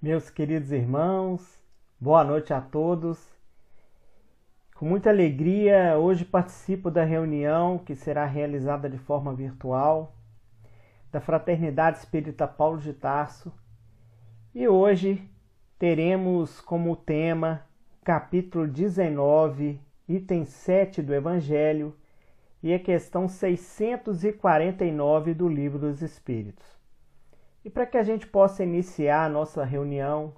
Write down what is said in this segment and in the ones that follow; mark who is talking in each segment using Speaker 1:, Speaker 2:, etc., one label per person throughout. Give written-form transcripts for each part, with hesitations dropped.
Speaker 1: Meus queridos irmãos, boa noite a todos. Com muita alegria, hoje participo da reunião que será realizada de forma virtual da Fraternidade Espírita Paulo de Tarso. E hoje teremos como tema capítulo 19, item 7 do Evangelho e a questão 649 do Livro dos Espíritos. E para que a gente possa iniciar a nossa reunião,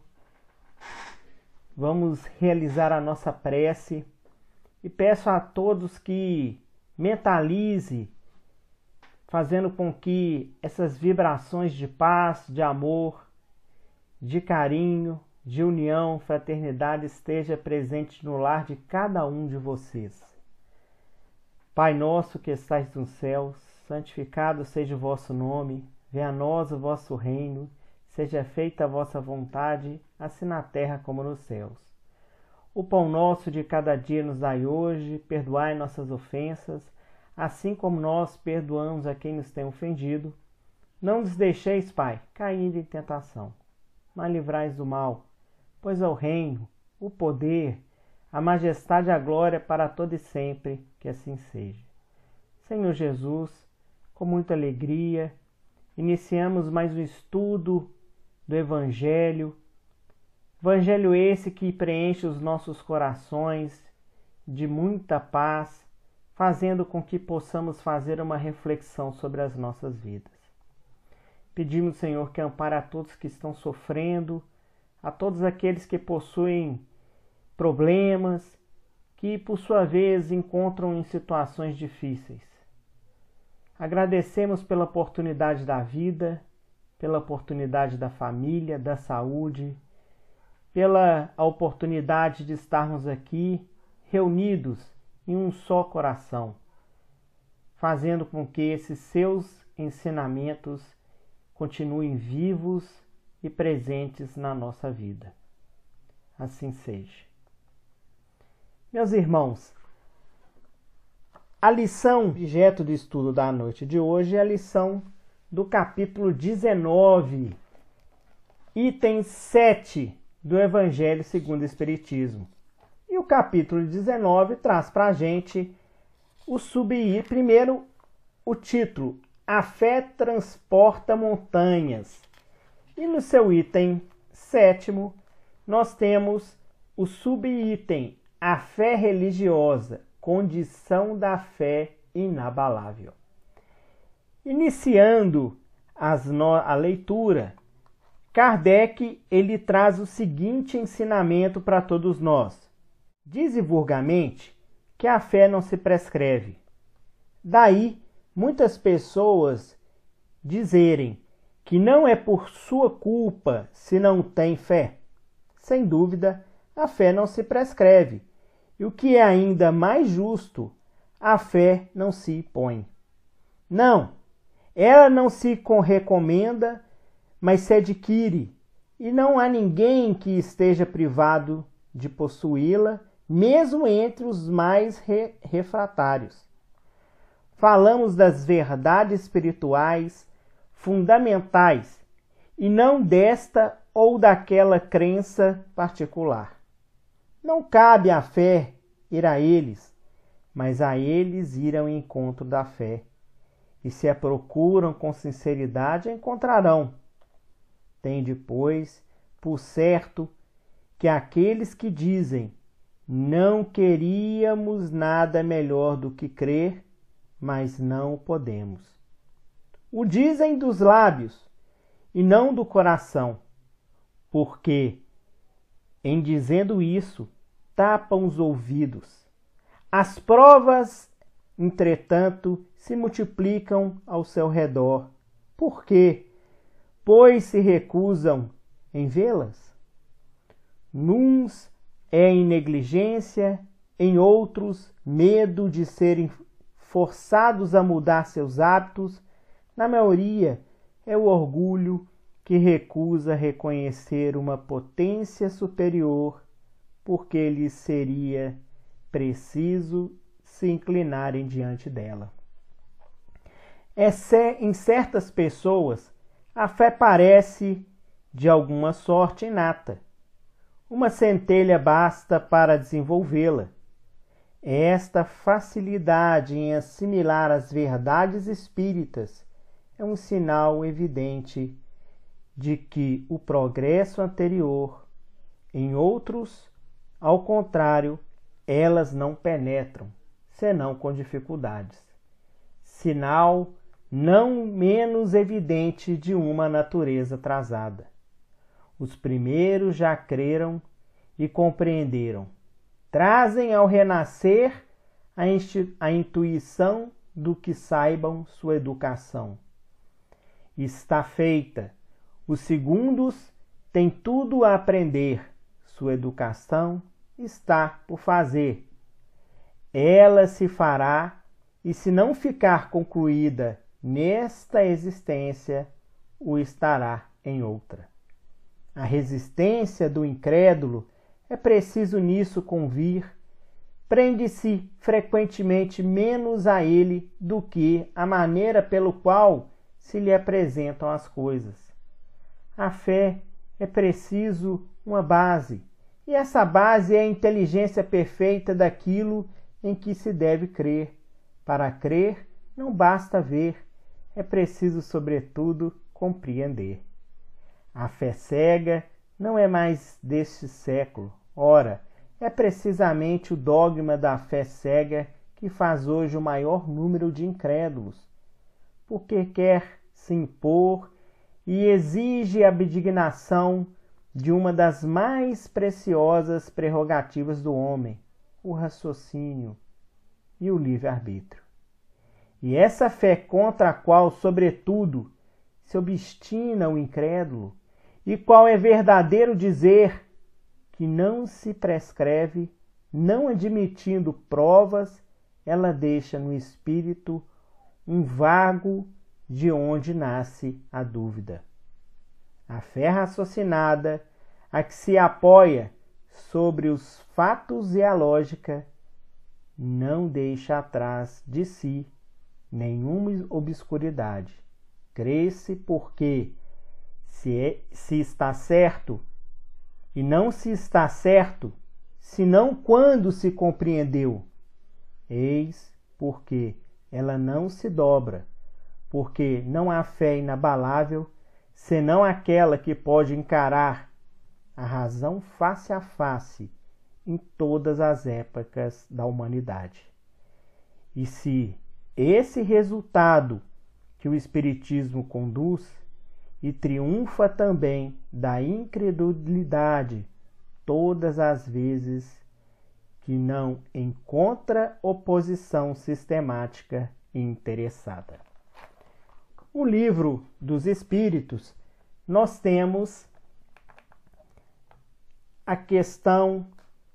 Speaker 1: vamos realizar a nossa prece e peço a todos que mentalize, fazendo com que essas vibrações de paz, de amor, de carinho, de união, fraternidade esteja presente no lar de cada um de vocês. Pai nosso que estais nos céus, santificado seja o vosso nome. Venha a nós o vosso reino, seja feita a vossa vontade, assim na terra como nos céus. O pão nosso de cada dia nos dai hoje, perdoai nossas ofensas, assim como nós perdoamos a quem nos tem ofendido. Não nos deixeis, Pai, caindo em tentação, mas livrai-nos do mal, pois é o reino, o poder, a majestade e a glória para todo e sempre, que assim seja. Senhor Jesus, com muita alegria, iniciamos mais um estudo do Evangelho. Evangelho esse que preenche os nossos corações de muita paz, fazendo com que possamos fazer uma reflexão sobre as nossas vidas. Pedimos, Senhor, que ampare a todos que estão sofrendo, a todos aqueles que possuem problemas, que por sua vez encontram em situações difíceis. Agradecemos pela oportunidade da vida, pela oportunidade da família, da saúde, pela oportunidade de estarmos aqui reunidos em um só coração, fazendo com que esses seus ensinamentos continuem vivos e presentes na nossa vida. Assim seja. Meus irmãos, a lição objeto do estudo da noite de hoje é a lição do capítulo 19, item 7 do Evangelho segundo o Espiritismo. E o capítulo 19 traz para a gente primeiro o título, A Fé Transporta Montanhas. E no seu item 7º, nós temos o subitem, A Fé Religiosa, condição da fé inabalável. Iniciando a leitura, Kardec ele traz o seguinte ensinamento para todos nós. Diz vulgarmente que a fé não se prescreve. Daí, muitas pessoas dizerem que não é por sua culpa se não tem fé. Sem dúvida, a fé não se prescreve. E o que é ainda mais justo, a fé não se impõe. Não, ela não se recomenda, mas se adquire. E não há ninguém que esteja privado de possuí-la, mesmo entre os mais refratários. Falamos das verdades espirituais fundamentais, e não desta ou daquela crença particular. Não cabe à fé ir a eles, mas a eles ir ao encontro da fé. E se a procuram com sinceridade, a encontrarão. Tende, pois, por certo que aqueles que dizem não queríamos nada melhor do que crer, mas não podemos. O dizem dos lábios e não do coração, porque, em dizendo isso, tapam os ouvidos. As provas, entretanto, se multiplicam ao seu redor. Por quê? Pois se recusam em vê-las. Nuns é em negligência, em outros, medo de serem forçados a mudar seus hábitos. Na maioria, é o orgulho que recusa reconhecer uma potência superior, porque lhes seria preciso se inclinarem diante dela. Em certas pessoas, a fé parece de alguma sorte inata. Uma centelha basta para desenvolvê-la. Esta facilidade em assimilar as verdades espíritas é um sinal evidente de que o progresso anterior, em outros, ao contrário, elas não penetram, senão com dificuldades. Sinal não menos evidente de uma natureza atrasada. Os primeiros já creram e compreenderam. Trazem ao renascer a intuição do que saibam sua educação. Está feita. Os segundos têm tudo a aprender. Sua educação está por fazer. Ela se fará, e se não ficar concluída nesta existência, o estará em outra. A resistência do incrédulo, é preciso nisso convir, prende-se frequentemente menos a ele do que a maneira pelo qual se lhe apresentam as coisas. A fé é preciso uma base, e essa base é a inteligência perfeita daquilo em que se deve crer. Para crer, não basta ver, é preciso, sobretudo, compreender. A fé cega não é mais deste século. Ora, é precisamente o dogma da fé cega que faz hoje o maior número de incrédulos, porque quer se impor e exige a abdicação de uma das mais preciosas prerrogativas do homem, o raciocínio e o livre-arbítrio. E essa fé contra a qual, sobretudo, se obstina o incrédulo, e qual é verdadeiro dizer que não se prescreve, não admitindo provas, ela deixa no espírito um vago de onde nasce a dúvida. A fé raciocinada, a que se apoia sobre os fatos e a lógica, não deixa atrás de si nenhuma obscuridade. Crê-se porque se está certo, e não se está certo, senão quando se compreendeu. Eis porque ela não se dobra, porque não há fé inabalável, senão aquela que pode encarar a razão face a face em todas as épocas da humanidade. E se esse resultado que o Espiritismo conduz e triunfa também da incredulidade todas as vezes que não encontra oposição sistemática e interessada. O Livro dos Espíritos, nós temos a questão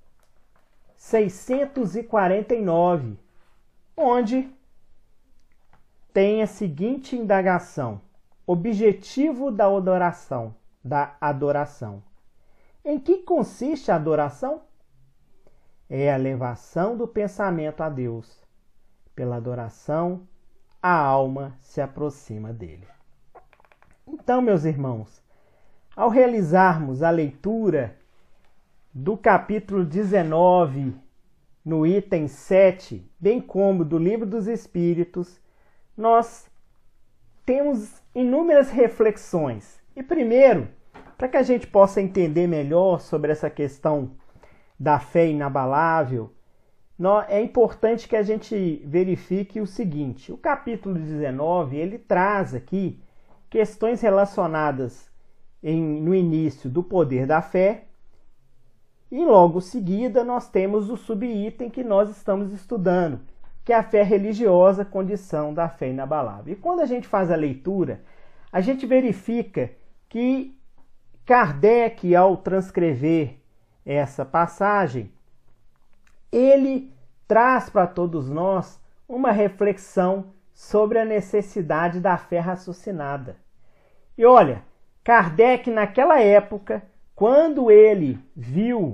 Speaker 1: 649, onde tem a seguinte indagação: objetivo da adoração. Em que consiste a adoração? É a elevação do pensamento a Deus. Pela adoração, a alma se aproxima dele. Então, meus irmãos, ao realizarmos a leitura do capítulo 19, no item 7, bem como do Livro dos Espíritos, nós temos inúmeras reflexões. E primeiro, para que a gente possa entender melhor sobre essa questão da fé inabalável, é importante que a gente verifique o seguinte: o capítulo 19, ele traz aqui questões relacionadas no início do poder da fé, e logo seguida nós temos o subitem que nós estamos estudando, que é a fé religiosa, condição da fé inabalável. E quando a gente faz a leitura, a gente verifica que Kardec, ao transcrever essa passagem, ele traz para todos nós uma reflexão sobre a necessidade da fé raciocinada. E olha, Kardec, naquela época, quando ele viu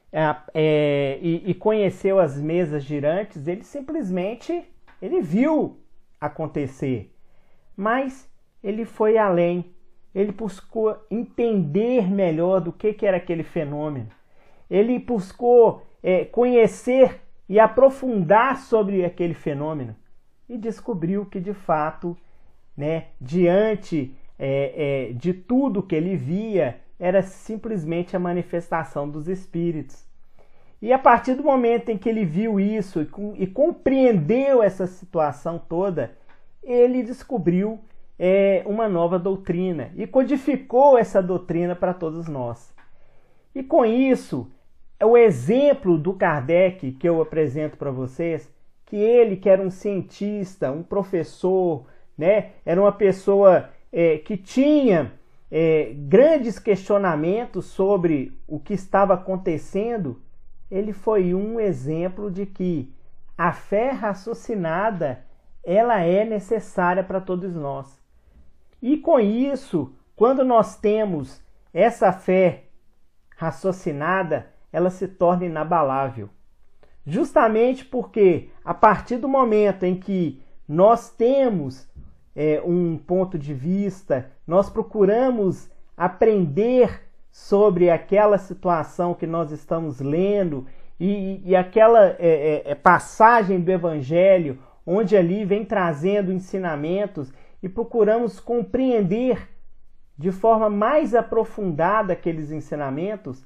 Speaker 1: e conheceu as mesas girantes, ele simplesmente viu acontecer. Mas ele foi além. ele buscou entender melhor do que era aquele fenômeno. Ele buscou conhecer e aprofundar sobre aquele fenômeno e descobriu que, de fato, diante de tudo que ele via, era simplesmente a manifestação dos espíritos. E a partir do momento em que ele viu isso e compreendeu essa situação toda, ele descobriu uma nova doutrina e codificou essa doutrina para todos nós. E com isso, o exemplo do Kardec que eu apresento para vocês, que ele, que era um cientista, um professor, era uma pessoa que tinha grandes questionamentos sobre o que estava acontecendo, ele foi um exemplo de que a fé raciocinada, ela é necessária para todos nós. E com isso, quando nós temos essa fé raciocinada, ela se torna inabalável. Justamente porque, a partir do momento em que nós temos um ponto de vista, nós procuramos aprender sobre aquela situação que nós estamos lendo e aquela passagem do Evangelho, onde ali vem trazendo ensinamentos, e procuramos compreender de forma mais aprofundada aqueles ensinamentos,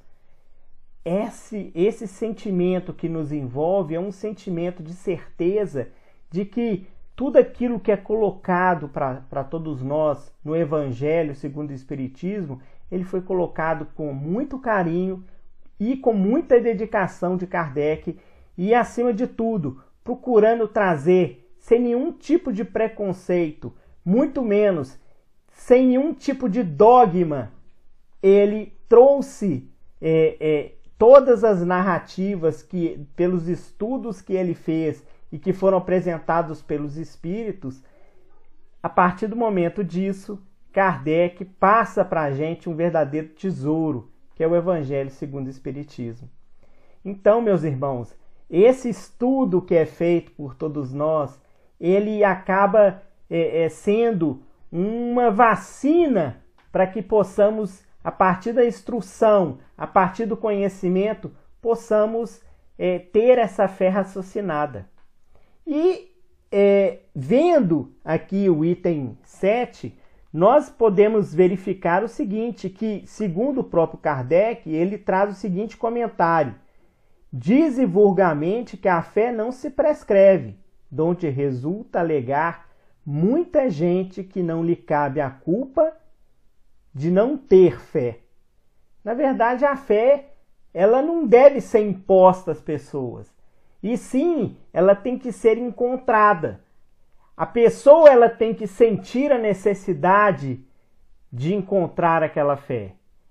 Speaker 1: esse sentimento que nos envolve é um sentimento de certeza de que tudo aquilo que é colocado para todos nós no Evangelho segundo o Espiritismo, ele foi colocado com muito carinho e com muita dedicação de Kardec e, acima de tudo, procurando trazer sem nenhum tipo de preconceito, muito menos sem nenhum tipo de dogma. Ele trouxe todas as narrativas que, pelos estudos que ele fez e que foram apresentados pelos espíritos. A partir do momento disso, Kardec passa para a gente um verdadeiro tesouro, que é o Evangelho segundo o Espiritismo. Então, meus irmãos, esse estudo que é feito por todos nós, ele acaba sendo uma vacina para que possamos, a partir da instrução, a partir do conhecimento, possamos ter essa fé raciocinada. E vendo aqui o item 7, nós podemos verificar o seguinte, que segundo o próprio Kardec, ele traz o seguinte comentário: dize vulgarmente que a fé não se prescreve, donde resulta alegar muita gente que não lhe cabe a culpa de não ter fé. Na verdade, a fé, ela não deve ser imposta às pessoas, e sim, ela tem que ser encontrada. A pessoa, ela tem que sentir a necessidade de encontrar aquela fé.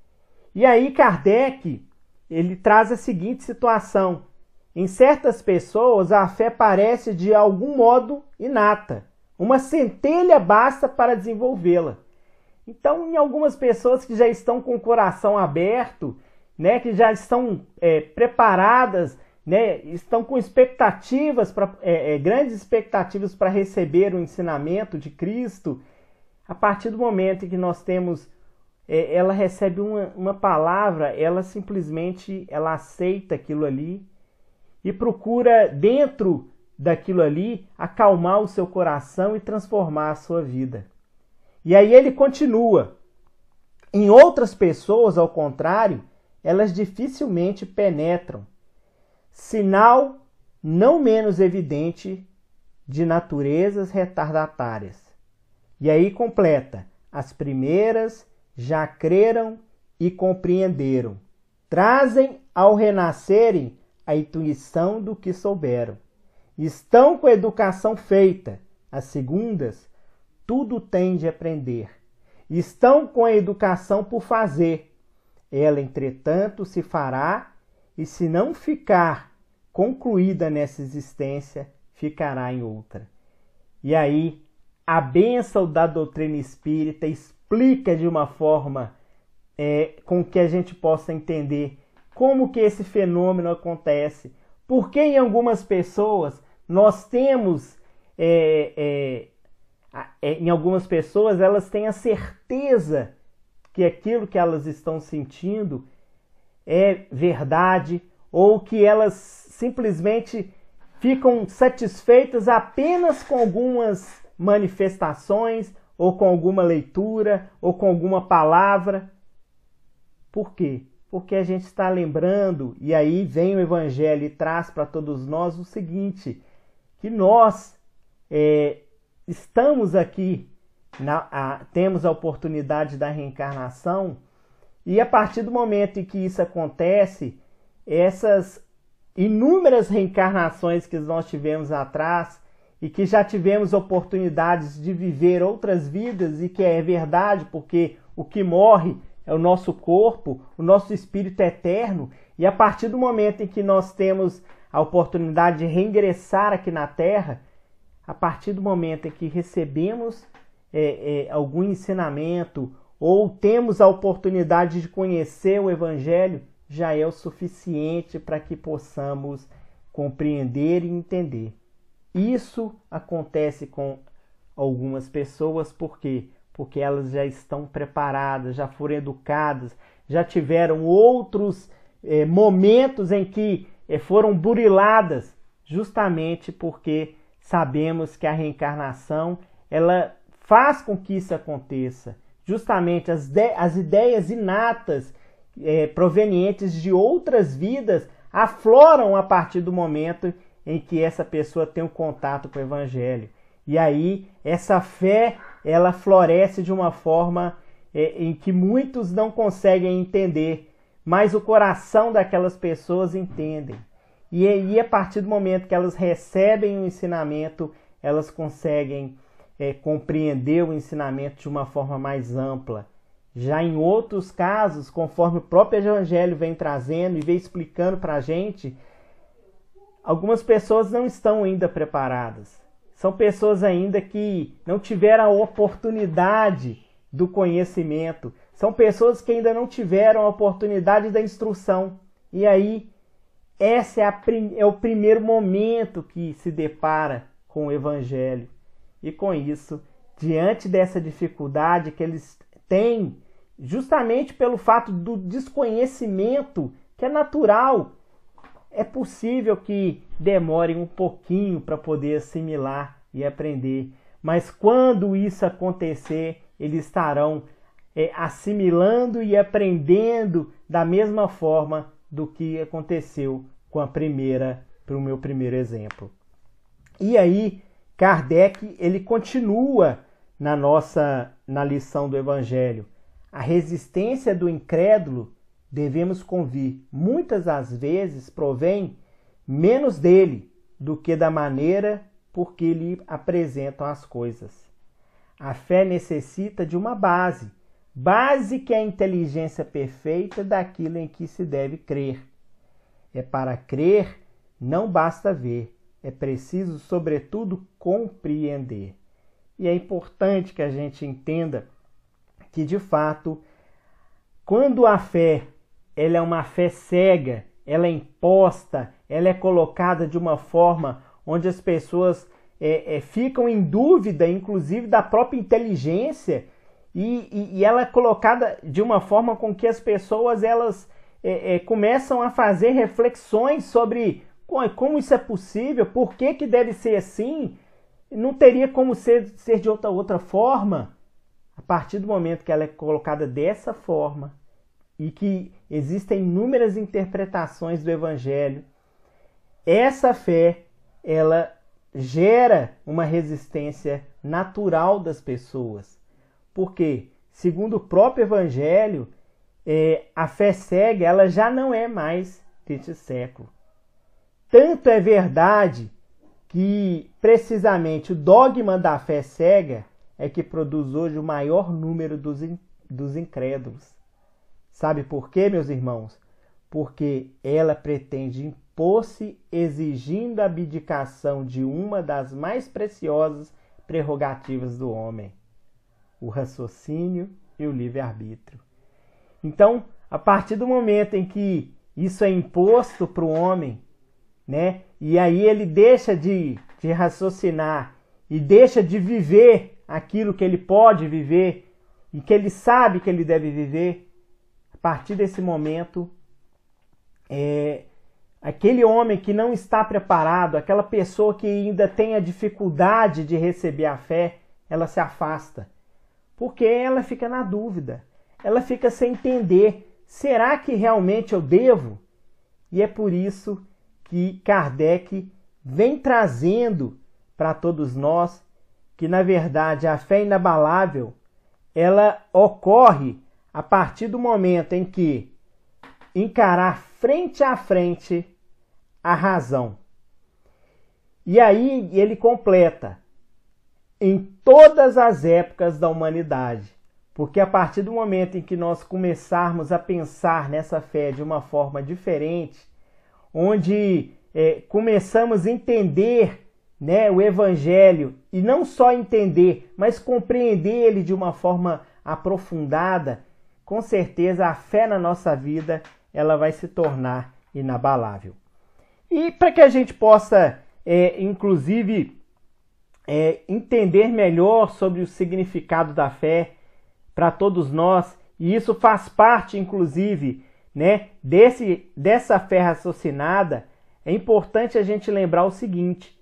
Speaker 1: E aí Kardec, ele traz a seguinte situação: em certas pessoas a fé parece de algum modo inata, uma centelha basta para desenvolvê-la. Então, em algumas pessoas que já estão com o coração aberto, que já estão preparadas, estão com expectativas, grandes expectativas para receber o ensinamento de Cristo, a partir do momento em que nós temos, ela recebe uma palavra, ela simplesmente aceita aquilo ali e procura, dentro daquilo ali, acalmar o seu coração e transformar a sua vida. E aí ele continua: em outras pessoas, ao contrário, elas dificilmente penetram, sinal não menos evidente de naturezas retardatárias. E aí completa: as primeiras já creram e compreenderam, trazem ao renascerem a intuição do que souberam, estão com a educação feita, as segundas tudo têm de aprender, estão com a educação por fazer, ela entretanto se fará, e se não ficar concluída nessa existência, ficará em outra. E aí, a bênção da doutrina espírita explica de uma forma com que a gente possa entender como que esse fenômeno acontece, porque em algumas pessoas nós temos, em algumas pessoas elas têm a certeza que aquilo que elas estão sentindo é verdade, ou que elas simplesmente ficam satisfeitas apenas com algumas manifestações, ou com alguma leitura, ou com alguma palavra. Por quê? Porque a gente está lembrando, e aí vem o Evangelho e traz para todos nós o seguinte, que nós estamos aqui, temos a oportunidade da reencarnação, e a partir do momento em que isso acontece, essas inúmeras reencarnações que nós tivemos atrás, e que já tivemos oportunidades de viver outras vidas, e que é verdade, porque o que morre é o nosso corpo, o nosso espírito é eterno, e a partir do momento em que nós temos a oportunidade de reingressar aqui na Terra, a partir do momento em que recebemos algum ensinamento, ou temos a oportunidade de conhecer o Evangelho, já é o suficiente para que possamos compreender e entender. Isso acontece com algumas pessoas, por quê? Porque elas já estão preparadas, já foram educadas, já tiveram outros momentos em que foram buriladas, justamente porque sabemos que a reencarnação ela faz com que isso aconteça. Justamente as ideias inatas provenientes de outras vidas afloram a partir do momento em que essa pessoa tem um contato com o Evangelho. E aí essa fé ela floresce de uma forma em que muitos não conseguem entender, mas o coração daquelas pessoas entendem. E aí, a partir do momento que elas recebem o ensinamento, elas conseguem compreender o ensinamento de uma forma mais ampla. Já em outros casos, conforme o próprio Evangelho vem trazendo e vem explicando para a gente, algumas pessoas não estão ainda preparadas. São pessoas ainda que não tiveram a oportunidade do conhecimento. São pessoas que ainda não tiveram a oportunidade da instrução. E aí, esse é o primeiro momento que se depara com o Evangelho. E com isso, diante dessa dificuldade que eles têm, justamente pelo fato do desconhecimento, que é natural, é possível que demorem um pouquinho para poder assimilar e aprender. Mas quando isso acontecer, eles estarão assimilando e aprendendo da mesma forma do que aconteceu com o meu primeiro exemplo. E aí, Kardec, ele continua na lição do Evangelho. A resistência do incrédulo, devemos convir, muitas das vezes provém menos dele do que da maneira por que lhe apresentam as coisas. A fé necessita de uma base que é a inteligência perfeita daquilo em que se deve crer. Para crer, não basta ver, é preciso, sobretudo, compreender. E é importante que a gente entenda que, de fato, quando a fé ela é uma fé cega, ela é imposta, ela é colocada de uma forma onde as pessoas ficam em dúvida, inclusive, da própria inteligência, e ela é colocada de uma forma com que as pessoas elas começam a fazer reflexões sobre como isso é possível, por que deve ser assim, não teria como ser de outra forma. A partir do momento que ela é colocada dessa forma, e que existem inúmeras interpretações do Evangelho, essa fé, ela gera uma resistência natural das pessoas. Porque, segundo o próprio Evangelho, a fé cega ela já não é mais deste século. Tanto é verdade que, precisamente, o dogma da fé cega é que produz hoje o maior número dos incrédulos. Sabe por quê, meus irmãos? Porque ela pretende impor-se exigindo a abdicação de uma das mais preciosas prerrogativas do homem, o raciocínio e o livre-arbítrio. Então, a partir do momento em que isso é imposto para o homem, né, e aí ele deixa de raciocinar e deixa de viver aquilo que ele pode viver, e que ele sabe que ele deve viver, a partir desse momento, aquele homem que não está preparado, aquela pessoa que ainda tem a dificuldade de receber a fé, ela se afasta. Porque ela fica na dúvida, ela fica sem entender, será que realmente eu devo? E é por isso que Kardec vem trazendo para todos nós que, na verdade, a fé inabalável, ela ocorre a partir do momento em que encarar frente a frente a razão. E aí ele completa, em todas as épocas da humanidade, porque a partir do momento em que nós começarmos a pensar nessa fé de uma forma diferente, onde começamos a entender, né, o Evangelho, e não só entender, mas compreender ele de uma forma aprofundada, com certeza a fé na nossa vida ela vai se tornar inabalável. E para que a gente possa, inclusive, entender melhor sobre o significado da fé para todos nós, e isso faz parte, inclusive, né, dessa fé raciocinada, é importante a gente lembrar o seguinte: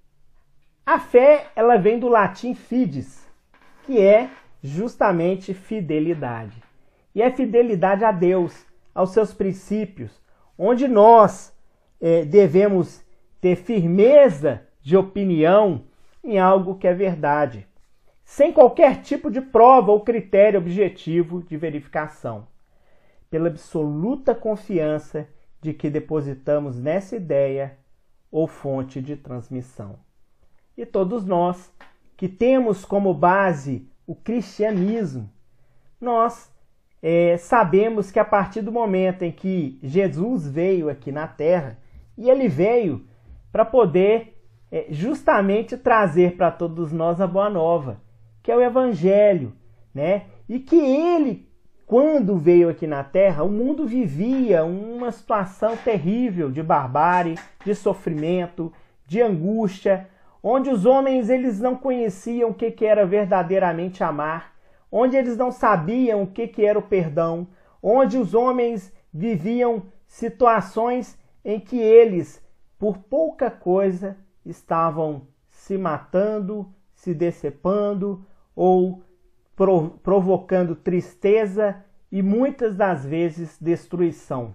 Speaker 1: a fé ela vem do latim fides, que é justamente fidelidade. E é fidelidade a Deus, aos seus princípios, onde nós devemos ter firmeza de opinião em algo que é verdade, sem qualquer tipo de prova ou critério objetivo de verificação, pela absoluta confiança de que depositamos nessa ideia ou fonte de transmissão. E todos nós que temos como base o cristianismo, nós sabemos que a partir do momento em que Jesus veio aqui na Terra, e ele veio para poder justamente trazer para todos nós a boa nova, que é o Evangelho, né? E que ele, quando veio aqui na Terra, o mundo vivia uma situação terrível de barbárie, de sofrimento, de angústia, onde os homens eles não conheciam o que era verdadeiramente amar, onde eles não sabiam o que era o perdão, onde os homens viviam situações em que eles, por pouca coisa, estavam se matando, se decepando ou provocando tristeza e muitas das vezes destruição.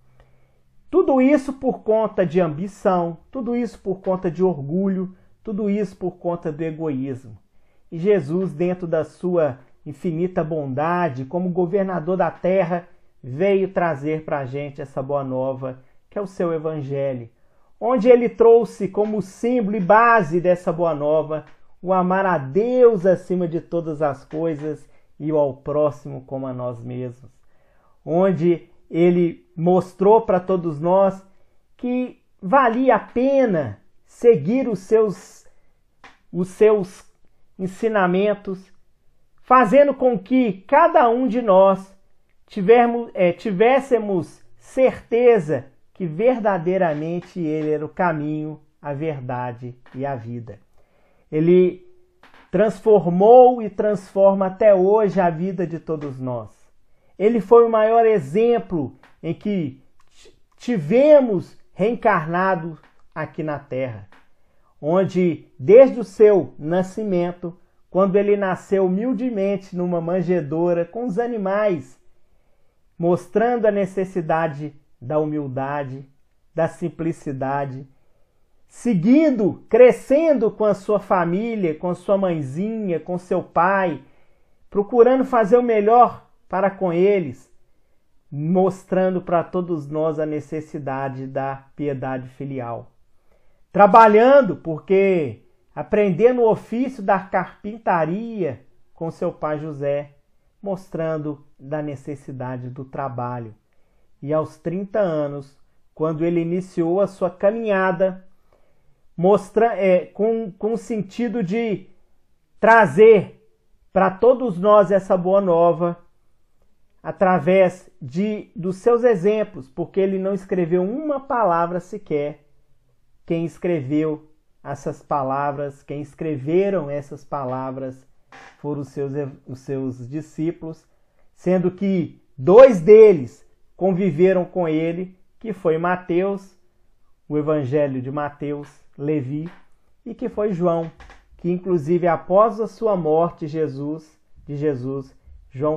Speaker 1: Tudo isso por conta de ambição, tudo isso por conta de orgulho, tudo isso por conta do egoísmo. E Jesus, dentro da sua infinita bondade, como governador da terra, veio trazer para a gente essa boa nova, que é o seu Evangelho, onde ele trouxe como símbolo e base dessa boa nova o amar a Deus acima de todas as coisas e ao próximo como a nós mesmos, onde ele mostrou para todos nós que valia a pena seguir os seus ensinamentos, fazendo com que cada um de nós tivéssemos certeza que verdadeiramente ele era o caminho, a verdade e a vida. Ele transformou e transforma até hoje a vida de todos nós. Ele foi o maior exemplo em que tivemos reencarnado aqui na Terra, onde desde o seu nascimento, quando ele nasceu humildemente numa manjedoura com os animais, mostrando a necessidade da humildade, da simplicidade, seguindo, crescendo com a sua família, com sua mãezinha, com seu pai, procurando fazer o melhor para com eles, mostrando para todos nós a necessidade da piedade filial. Trabalhando, porque aprendendo o ofício da carpintaria com seu pai José, mostrando da necessidade do trabalho. E aos 30 anos, quando ele iniciou a sua caminhada, com o sentido de trazer para todos nós essa boa nova, através dos seus exemplos, porque ele não escreveu uma palavra sequer. Quem escreveu essas palavras, quem escreveram essas palavras foram os seus discípulos, sendo que 2 deles conviveram com ele, que foi Mateus, o Evangelho de Mateus, Levi, e que foi João, que inclusive após a sua morte de Jesus, João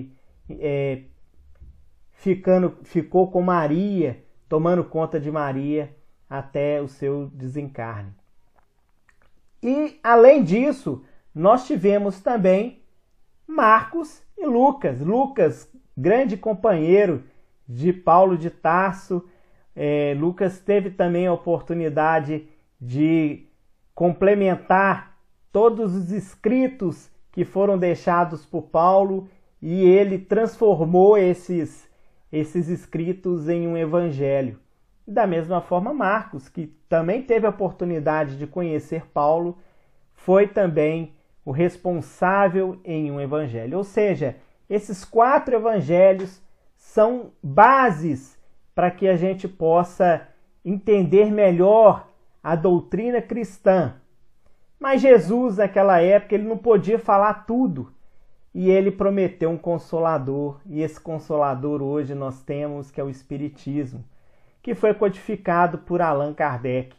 Speaker 1: ficou com Maria, tomando conta de Maria até o seu desencarne. E além disso, nós tivemos também Marcos e Lucas. Lucas, grande companheiro de Paulo de Tarso. Lucas teve também a oportunidade de complementar todos os escritos que foram deixados por Paulo, e ele transformou esses escritos em um evangelho. Da mesma forma, Marcos, que também teve a oportunidade de conhecer Paulo, foi também o responsável em um evangelho. Ou seja, esses 4 evangelhos são bases para que a gente possa entender melhor a doutrina cristã. Mas Jesus, naquela época, ele não podia falar tudo. E ele prometeu um consolador. E esse consolador hoje nós temos, que é o Espiritismo, que foi codificado por Allan Kardec.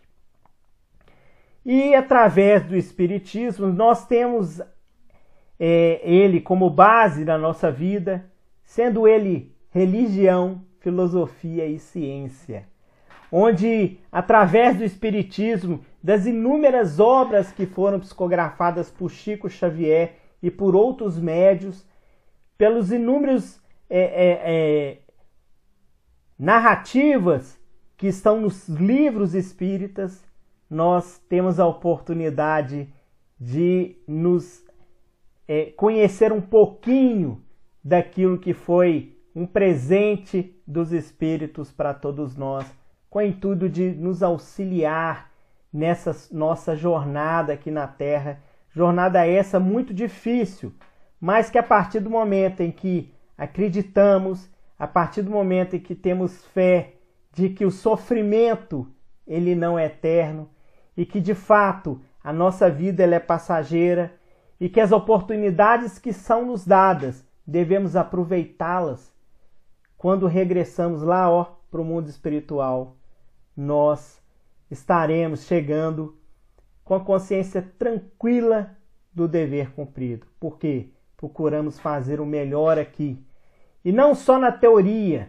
Speaker 1: E através do Espiritismo nós temos ele como base da nossa vida, sendo ele religião, filosofia e ciência. Onde, através do Espiritismo, das inúmeras obras que foram psicografadas por Chico Xavier e por outros médios, pelos inúmeros narrativas que estão nos livros espíritas, nós temos a oportunidade de nos conhecer um pouquinho daquilo que foi um presente dos espíritos para todos nós, com o intuito de nos auxiliar nessa nossa jornada aqui na Terra. Jornada essa muito difícil, mas que a partir do momento em que acreditamos, a partir do momento em que temos fé de que o sofrimento ele não é eterno e que de fato a nossa vida ela é passageira e que as oportunidades que são nos dadas devemos aproveitá-las. Quando regressamos lá para o mundo espiritual, nós estaremos chegando com a consciência tranquila do dever cumprido. Por quê? Procuramos fazer o melhor aqui. E não só na teoria,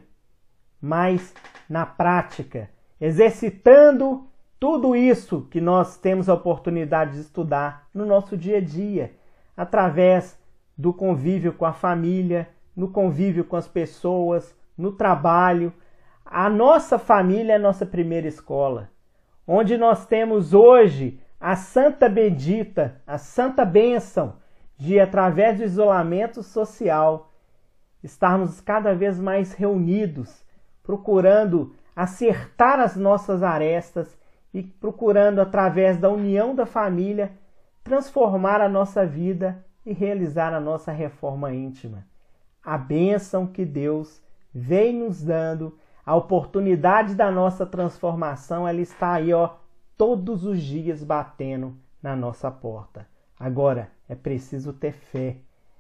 Speaker 1: mas na prática, exercitando tudo isso que nós temos a oportunidade de estudar no nosso dia a dia, através do convívio com a família, no convívio com as pessoas, no trabalho. A nossa família é a nossa primeira escola, onde nós temos hoje a santa bendita, a santa bênção de, através do isolamento social, estarmos cada vez mais reunidos, procurando acertar as nossas arestas e procurando, através da união da família, transformar a nossa vida e realizar a nossa reforma íntima. A bênção que Deus vem nos dando, a oportunidade da nossa transformação, ela está aí, todos os dias batendo na nossa porta. Agora, é preciso ter fé.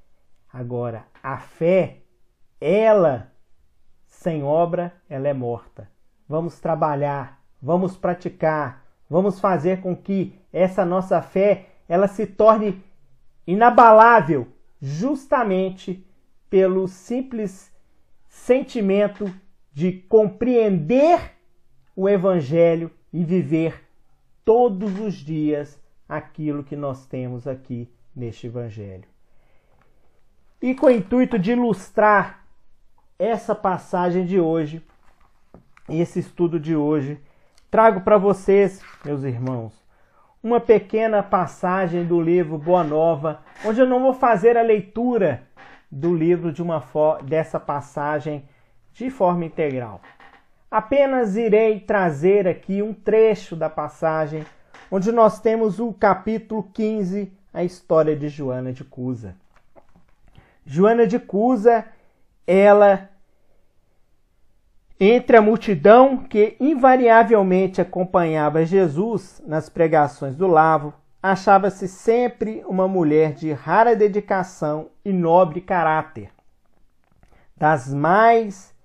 Speaker 1: Agora, a fé, ela, sem obra, ela é morta. Vamos trabalhar, vamos praticar, vamos fazer com que essa nossa fé, ela se torne inabalável, justamente pelo simples sentimento de compreender o Evangelho e viver todos os dias aquilo que nós temos aqui neste Evangelho. E com o intuito de ilustrar essa passagem de hoje, esse estudo de hoje, trago para vocês, meus irmãos, uma pequena passagem do livro Boa Nova, onde eu não vou fazer a leitura do livro dessa passagem de forma integral. Apenas irei trazer aqui um trecho da passagem, onde nós temos o capítulo 15, a história de Joana de Cusa. Joana de Cusa, ela, entre a multidão que invariavelmente acompanhava Jesus nas pregações do Lavo, achava-se sempre uma mulher de rara dedicação e nobre caráter, das mais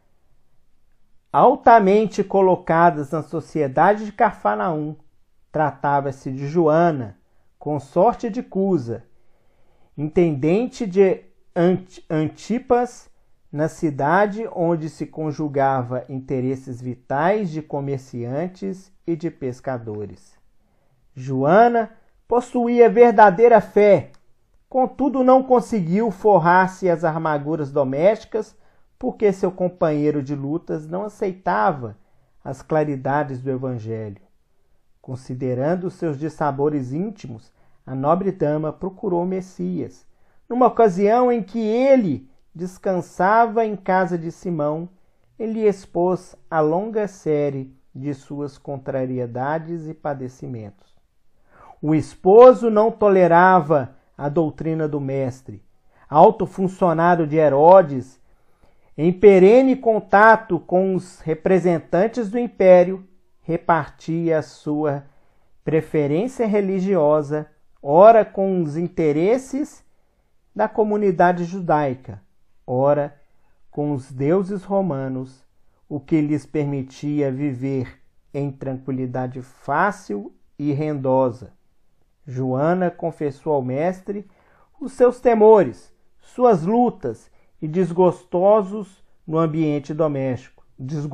Speaker 1: altamente colocadas na sociedade de Cafarnaum. Tratava-se de Joana, consorte de Cusa, intendente de Antipas, na cidade onde se conjugava interesses vitais de comerciantes e de pescadores. Joana possuía verdadeira fé, contudo não conseguiu forrar-se as armaduras domésticas, porque seu companheiro de lutas não aceitava as claridades do Evangelho. Considerando os seus dissabores íntimos, a nobre dama procurou o Messias. Numa ocasião em que ele descansava em casa de Simão, ele expôs a longa série de suas contrariedades e padecimentos. O esposo não tolerava a doutrina do mestre. Alto funcionário de Herodes, em perene contato com os representantes do império, repartia a sua preferência religiosa, ora com os interesses da comunidade judaica, ora com os deuses romanos, o que lhes permitia viver em tranquilidade fácil e rendosa. Joana confessou ao mestre os seus temores, suas lutas e desgostos no ambiente doméstico,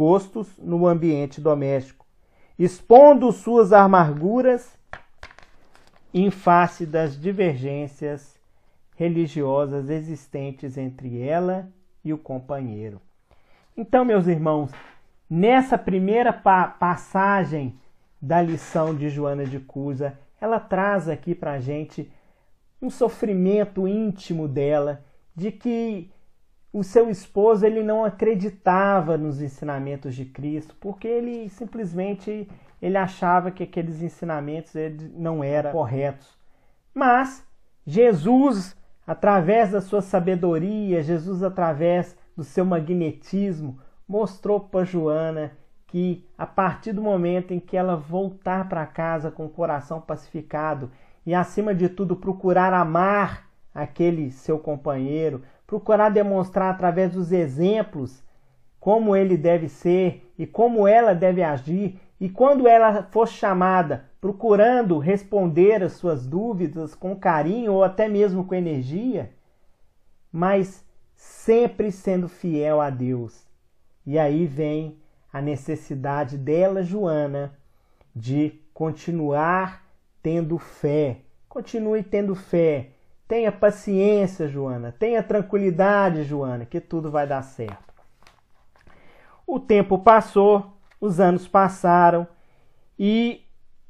Speaker 1: expondo suas amarguras em face das divergências religiosas existentes entre ela e o companheiro. Então, meus irmãos, nessa primeira passagem da lição de Joana de Cusa, ela traz aqui para a gente um sofrimento íntimo dela, de que o seu esposo ele não acreditava nos ensinamentos de Cristo, porque ele simplesmente achava que aqueles ensinamentos não eram corretos. Mas Jesus, através da sua sabedoria, Jesus, através do seu magnetismo, mostrou para Joana que a partir do momento em que ela voltar para casa com o coração pacificado e, acima de tudo, procurar amar aquele seu companheiro, procurar demonstrar através dos exemplos como ele deve ser e como ela deve agir, e quando ela for chamada, procurando responder as suas dúvidas com carinho ou até mesmo com energia, mas sempre sendo fiel a Deus. E aí vem a necessidade dela, Joana, de continuar tendo fé. Continue tendo fé. Tenha paciência, Joana. Tenha tranquilidade, Joana, que tudo vai dar certo. O tempo passou, os anos passaram e,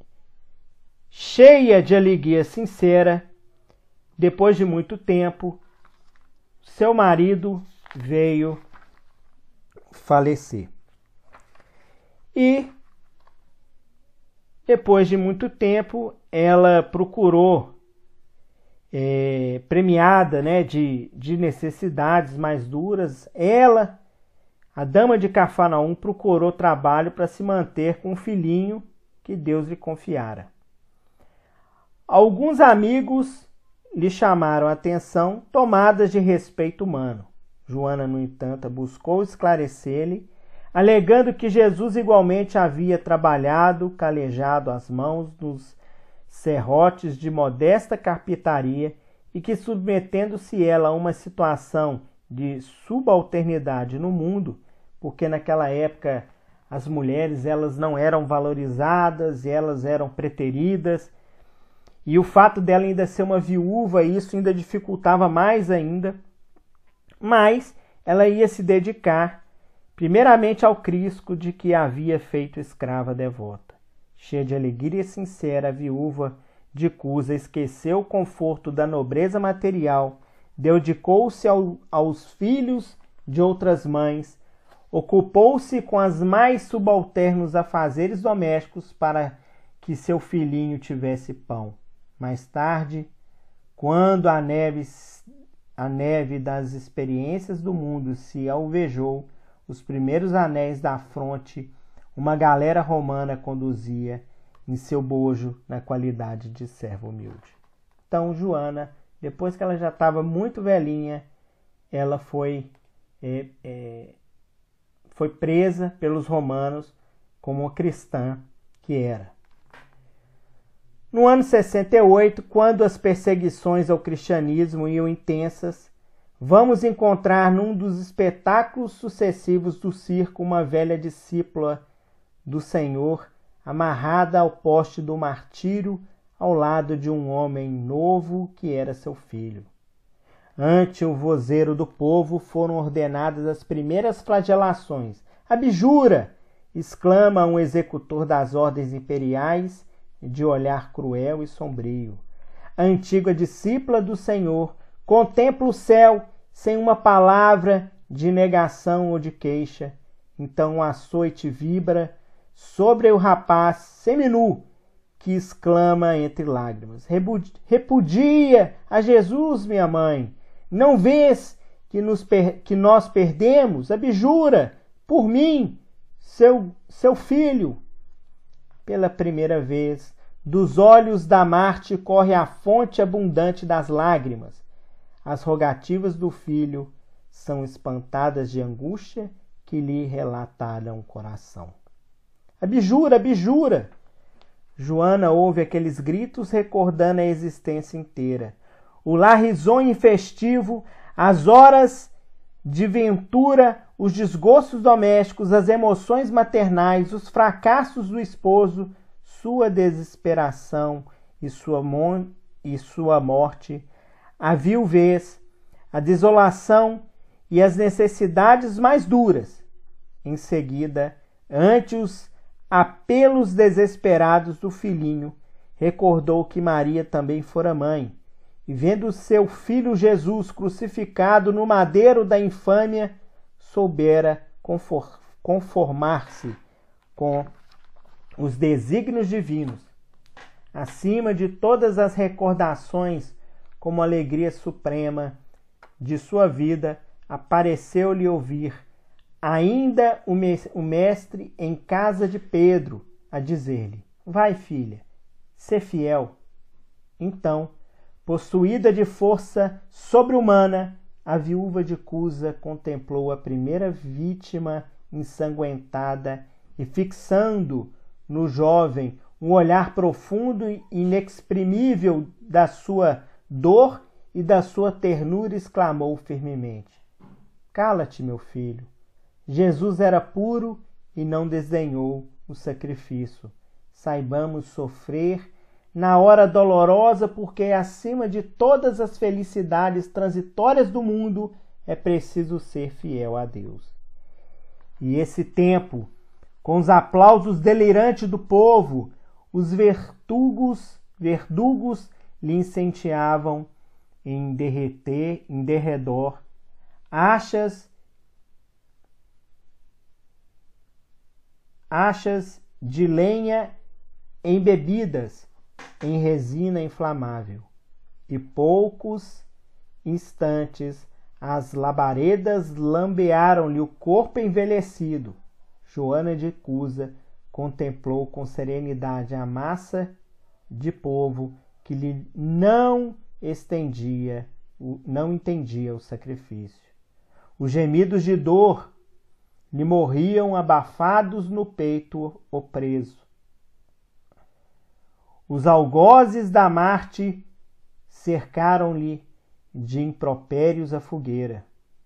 Speaker 1: cheia de alegria sincera, depois de muito tempo, seu marido veio falecer. E, depois de muito tempo, ela procurou, premiada, né, de necessidades mais duras, ela, a dama de Cafarnaum, procurou trabalho para se manter com o filhinho que Deus lhe confiara. Alguns amigos lhe chamaram a atenção, tomadas de respeito humano. Joana, no entanto, buscou esclarecer-lhe, alegando que Jesus igualmente havia trabalhado, calejado as mãos nos serrotes de modesta carpintaria e que, submetendo-se ela a uma situação de subalternidade no mundo, porque naquela época as mulheres elas não eram valorizadas, elas eram preteridas, e o fato dela ainda ser uma viúva, isso ainda dificultava mais ainda, mas ela ia se dedicar primeiramente ao Cristo de que havia feito escrava devota. Cheia de alegria sincera, a viúva de Cusa esqueceu o conforto da nobreza material, dedicou-se aos filhos de outras mães, ocupou-se com as mais subalternos afazeres domésticos para que seu filhinho tivesse pão. Mais tarde, quando a neve das experiências do mundo se alvejou, os primeiros anéis da fronte uma galera romana conduzia, em seu bojo na qualidade de serva humilde. Então, Joana, depois que ela já estava muito velhinha, ela foi presa pelos romanos como uma cristã que era. No ano 68, quando as perseguições ao cristianismo iam intensas, vamos encontrar num dos espetáculos sucessivos do circo uma velha discípula do Senhor, amarrada ao poste do martírio ao lado de um homem novo que era seu filho. Ante o vozeiro do povo foram ordenadas as primeiras flagelações. Abjura! Exclama um executor das ordens imperiais, de olhar cruel e sombrio. A antiga discípula do Senhor contempla o céu sem uma palavra de negação ou de queixa. Então o açoite vibra sobre o rapaz seminu, que exclama entre lágrimas: Repudia a Jesus, minha mãe! Não vês que nós perdemos? Abjura por mim, seu filho! Pela primeira vez, dos olhos da Marte corre a fonte abundante das lágrimas. As rogativas do filho são espantadas de angústia que lhe relataram o coração. Abjura, abjura! Joana ouve aqueles gritos recordando a existência inteira. O lar risonho e festivo, as horas de ventura, os desgostos domésticos, as emoções maternais, os fracassos do esposo, sua desesperação e sua morte, a viuvez, a desolação e as necessidades mais duras. Em seguida, ante os apelos desesperados do filhinho, recordou que Maria também fora mãe, e vendo seu filho Jesus crucificado no madeiro da infâmia, soubera conformar-se com os desígnios divinos. Acima de todas as recordações, como alegria suprema de sua vida, apareceu-lhe ouvir ainda o mestre em casa de Pedro, a dizer-lhe: Vai, filha, sê fiel. Então, possuída de força sobre-humana, a viúva de Cusa contemplou a primeira vítima ensanguentada e, fixando no jovem um olhar profundo e inexprimível da sua dor e da sua ternura, exclamou firmemente: Cala-te, meu filho. Jesus era puro e não desdenhou o sacrifício. Saibamos sofrer na hora dolorosa, porque acima de todas as felicidades transitórias do mundo é preciso ser fiel a Deus. E esse tempo, com os aplausos delirantes do povo, os verdugos lhe incendiavam em derredor achas de lenha embebidas em resina inflamável. E poucos instantes as labaredas lambearam-lhe o corpo envelhecido. Joana de Cusa contemplou com serenidade a massa de povo que lhe não entendia o sacrifício. Os gemidos de dor lhe morriam abafados no peito opreso. Os algozes da Marte cercaram-lhe de impropérios a fogueira.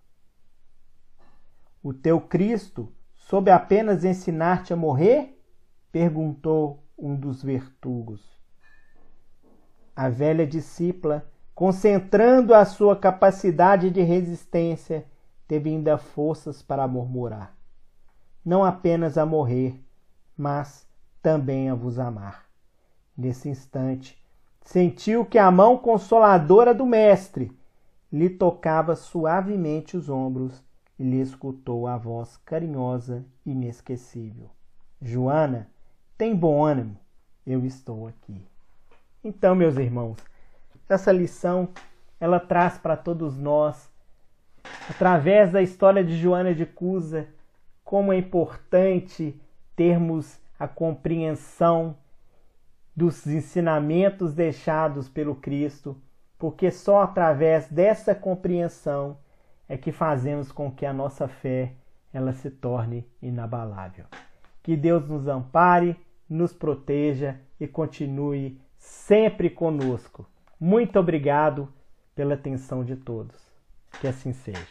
Speaker 1: O teu Cristo soube apenas ensinar-te a morrer? Perguntou um dos verdugos. A velha discípula, concentrando a sua capacidade de resistência, teve ainda forças para murmurar: Não apenas a morrer, mas também a vos amar. Nesse instante, sentiu que a mão consoladora do Mestre lhe tocava suavemente os ombros e lhe escutou a voz carinhosa e inesquecível: Joana, tem bom ânimo, eu estou aqui. Então, meus irmãos, essa lição ela traz para todos nós, através da história de Joana de Cusa, como é importante termos a compreensão dos ensinamentos deixados pelo Cristo, porque só através dessa compreensão é que fazemos com que a nossa fé ela se torne inabalável. Que Deus nos ampare, nos proteja e continue sempre conosco. Muito obrigado pela atenção de todos. Que assim seja.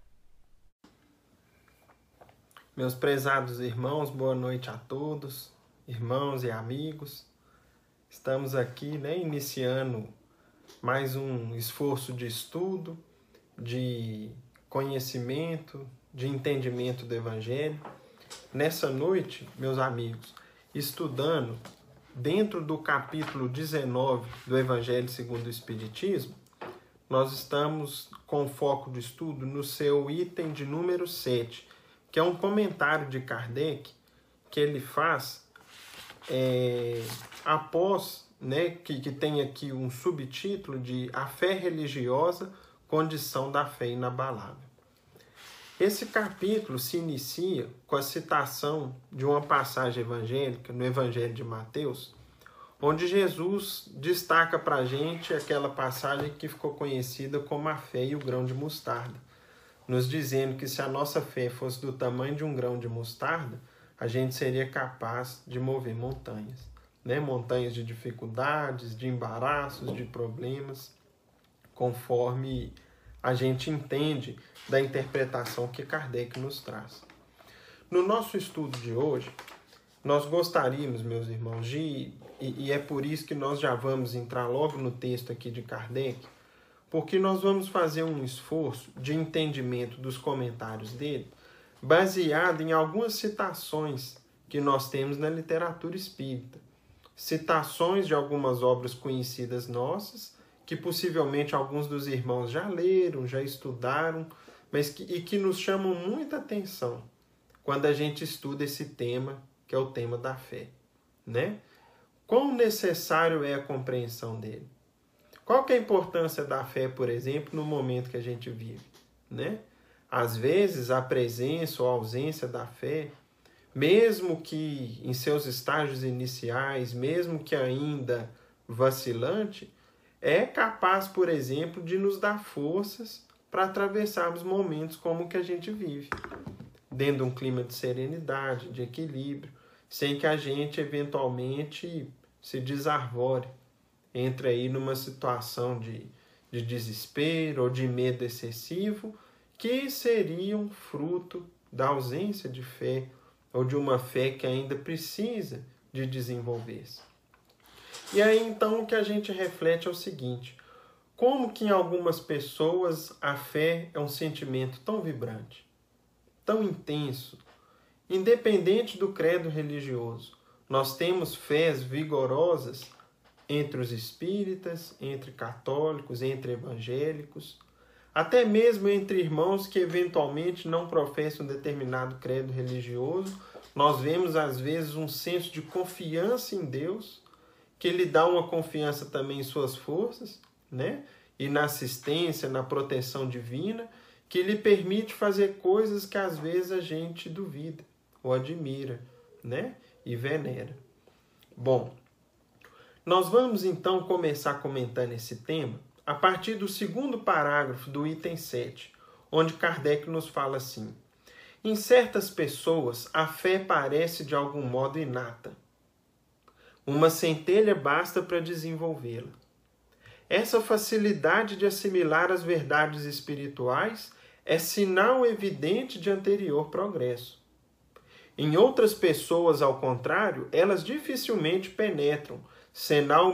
Speaker 2: Meus prezados irmãos, boa noite a todos, irmãos e amigos. Estamos aqui, iniciando mais um esforço de estudo, de conhecimento, de entendimento do Evangelho. Nessa noite, meus amigos, estudando dentro do capítulo 19 do Evangelho segundo o Espiritismo, nós estamos com foco de estudo no seu item de número 7, que é um comentário de Kardec que ele faz após, que tem aqui um subtítulo de A Fé Religiosa, Condição da Fé Inabalável. Esse capítulo se inicia com a citação de uma passagem evangélica no Evangelho de Mateus, onde Jesus destaca para a gente aquela passagem que ficou conhecida como a fé e o grão de mostarda, nos dizendo que se a nossa fé fosse do tamanho de um grão de mostarda, a gente seria capaz de mover montanhas, montanhas de dificuldades, de embaraços, de problemas, conforme a gente entende da interpretação que Kardec nos traz. No nosso estudo de hoje, nós gostaríamos, meus irmãos, e é por isso que nós já vamos entrar logo no texto aqui de Kardec, porque nós vamos fazer um esforço de entendimento dos comentários dele, baseado em algumas citações que nós temos na literatura espírita. Citações de algumas obras conhecidas nossas, que possivelmente alguns dos irmãos já leram, já estudaram, mas que nos chamam muita atenção quando a gente estuda esse tema, que é o tema da fé. Quão necessário é a compreensão dele? Qual que é a importância da fé, por exemplo, no momento que a gente vive? Às vezes, a presença ou a ausência da fé, mesmo que em seus estágios iniciais, mesmo que ainda vacilante, é capaz, por exemplo, de nos dar forças para atravessarmos momentos como o que a gente vive, dentro de um clima de serenidade, de equilíbrio, sem que a gente eventualmente se desarvore, entre aí numa situação de desespero ou de medo excessivo, que seriam fruto da ausência de fé ou de uma fé que ainda precisa de desenvolver-se. E aí então o que a gente reflete é o seguinte: como que em algumas pessoas a fé é um sentimento tão vibrante, tão intenso, independente do credo religioso. Nós temos fés vigorosas entre os espíritas, entre católicos, entre evangélicos, até mesmo entre irmãos que eventualmente não professam um determinado credo religioso. Nós vemos às vezes um senso de confiança em Deus, que lhe dá uma confiança também em suas forças, e na assistência, na proteção divina, que lhe permite fazer coisas que às vezes a gente duvida, ou admira, e venera. Bom, nós vamos então começar comentando esse tema a partir do segundo parágrafo do item 7, onde Kardec nos fala assim: em certas pessoas a fé parece de algum modo inata. Uma centelha basta para desenvolvê-la. Essa facilidade de assimilar as verdades espirituais é sinal evidente de anterior progresso. Em outras pessoas, ao contrário, elas dificilmente penetram, sinal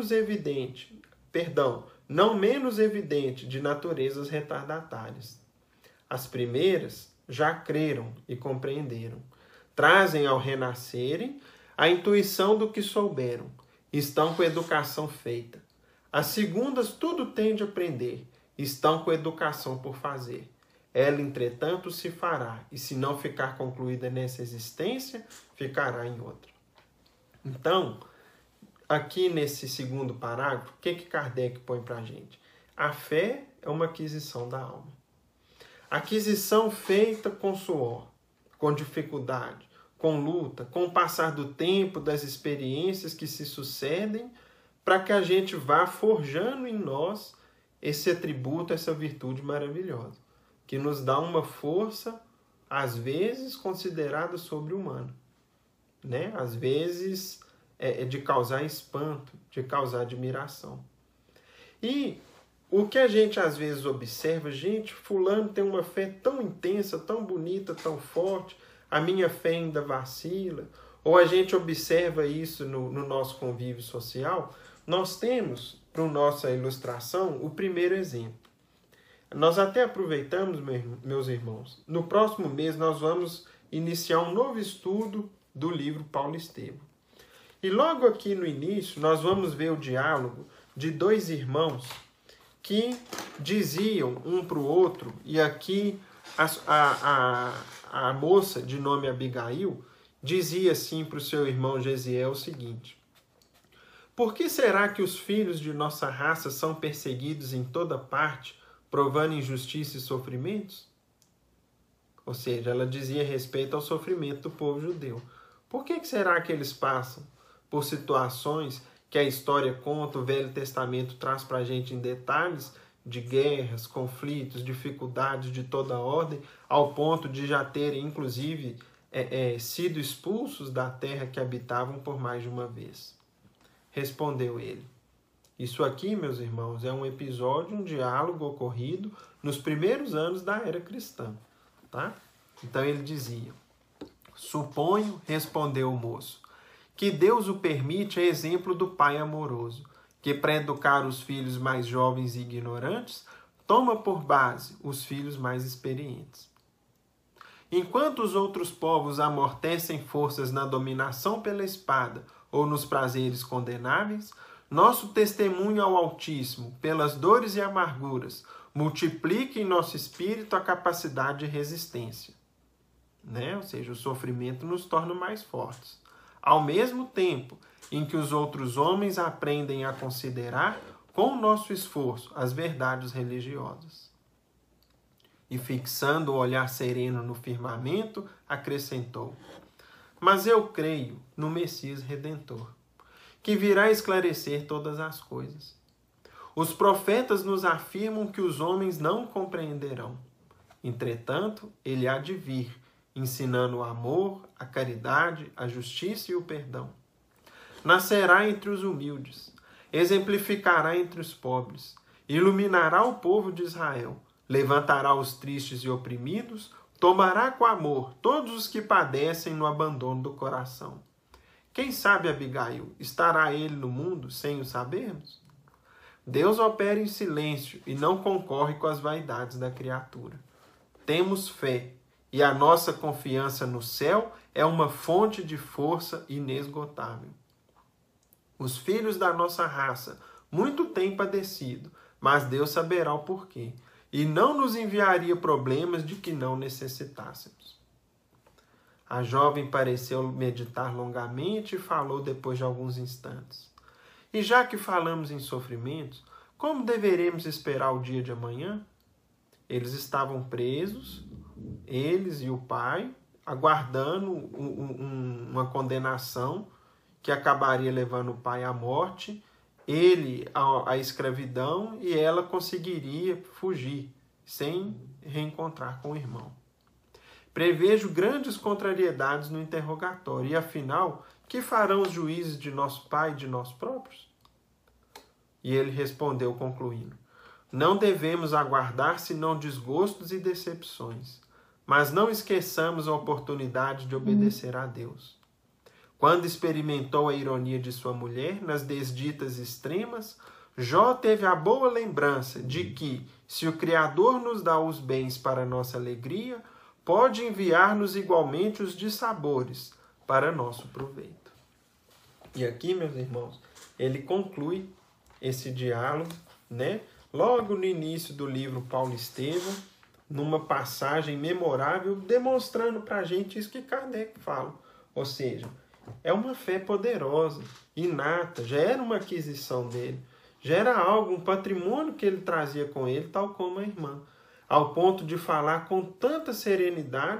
Speaker 2: não menos evidente de naturezas retardatárias. As primeiras já creram e compreenderam. Trazem ao renascerem a intuição do que souberam. Estão com a educação feita. As segundas tudo têm de aprender. Estão com a educação por fazer. Ela, entretanto, se fará, e se não ficar concluída nessa existência, ficará em outra. Então, aqui nesse segundo parágrafo, o que Kardec põe para a gente? A fé é uma aquisição da alma. Aquisição feita com suor, com dificuldade, com luta, com o passar do tempo, das experiências que se sucedem, para que a gente vá forjando em nós esse atributo, essa virtude maravilhosa, que nos dá uma força, às vezes, considerada sobre-humana, né? Às vezes, de causar espanto, de causar admiração. E o que a gente, às vezes, observa, gente, fulano tem uma fé tão intensa, tão bonita, tão forte, a minha fé ainda vacila, ou a gente observa isso no nosso convívio social, nós temos, para nossa ilustração, o primeiro exemplo. Nós até aproveitamos, meus irmãos, no próximo mês nós vamos iniciar um novo estudo do livro Paulo Estevam. E logo aqui no início nós vamos ver o diálogo de dois irmãos que diziam um para o outro, e aqui a moça de nome Abigail dizia assim para o seu irmão Gesiel o seguinte: por que será que os filhos de nossa raça são perseguidos em toda parte, provando injustiça e sofrimentos? Ou seja, ela dizia respeito ao sofrimento do povo judeu. Por que será que eles passam por situações que a história conta, o Velho Testamento traz para a gente em detalhes, de guerras, conflitos, dificuldades de toda ordem, ao ponto de já terem, inclusive, sido expulsos da terra que habitavam por mais de uma vez? Respondeu ele: isso aqui, meus irmãos, é um episódio, um diálogo ocorrido nos primeiros anos da era cristã. Tá? Então ele dizia: suponho, respondeu o moço, que Deus o permite a exemplo do pai amoroso, que para educar os filhos mais jovens e ignorantes, toma por base os filhos mais experientes. Enquanto os outros povos amortecem forças na dominação pela espada ou nos prazeres condenáveis, nosso testemunho ao Altíssimo, pelas dores e amarguras, multiplica em nosso espírito a capacidade de resistência. Né? Ou seja, o sofrimento nos torna mais fortes. Ao mesmo tempo em que os outros homens aprendem a considerar, com o nosso esforço, as verdades religiosas. E fixando o olhar sereno no firmamento, acrescentou: mas eu creio no Messias Redentor, que virá esclarecer todas as coisas. Os profetas nos afirmam que os homens não compreenderão. Entretanto, ele há de vir, ensinando o amor, a caridade, a justiça e o perdão. Nascerá entre os humildes, exemplificará entre os pobres, iluminará o povo de Israel, levantará os tristes e oprimidos, tomará com amor todos os que padecem no abandono do coração. Quem sabe, Abigail, estará ele no mundo sem o sabermos? Deus opera em silêncio e não concorre com as vaidades da criatura. Temos fé, e a nossa confiança no céu é uma fonte de força inesgotável. Os filhos da nossa raça muito têm padecido, mas Deus saberá o porquê, e não nos enviaria problemas de que não necessitássemos. A jovem pareceu meditar longamente e falou depois de alguns instantes: e já que falamos em sofrimentos, como deveremos esperar o dia de amanhã? Eles estavam presos, eles e o pai, aguardando uma condenação que acabaria levando o pai à morte, ele à escravidão, e ela conseguiria fugir sem reencontrar com o irmão. Prevejo grandes contrariedades no interrogatório, e afinal, que farão os juízes de nosso pai e de nós próprios? E ele respondeu, concluindo: não devemos aguardar senão desgostos e decepções, mas não esqueçamos a oportunidade de obedecer a Deus. Quando experimentou a ironia de sua mulher nas desditas extremas, Jó teve a boa lembrança de que, se o Criador nos dá os bens para nossa alegria, pode enviar-nos igualmente os dissabores para nosso proveito. E aqui, meus irmãos, ele conclui esse diálogo, né? Logo no início do livro Paulo Estevam, numa passagem memorável, demonstrando para a gente isso que Kardec fala. Ou seja, é uma fé poderosa, inata, já era uma aquisição dele, já era algo, um patrimônio que ele trazia com ele, tal como a irmã, ao ponto de falar com tanta serenidade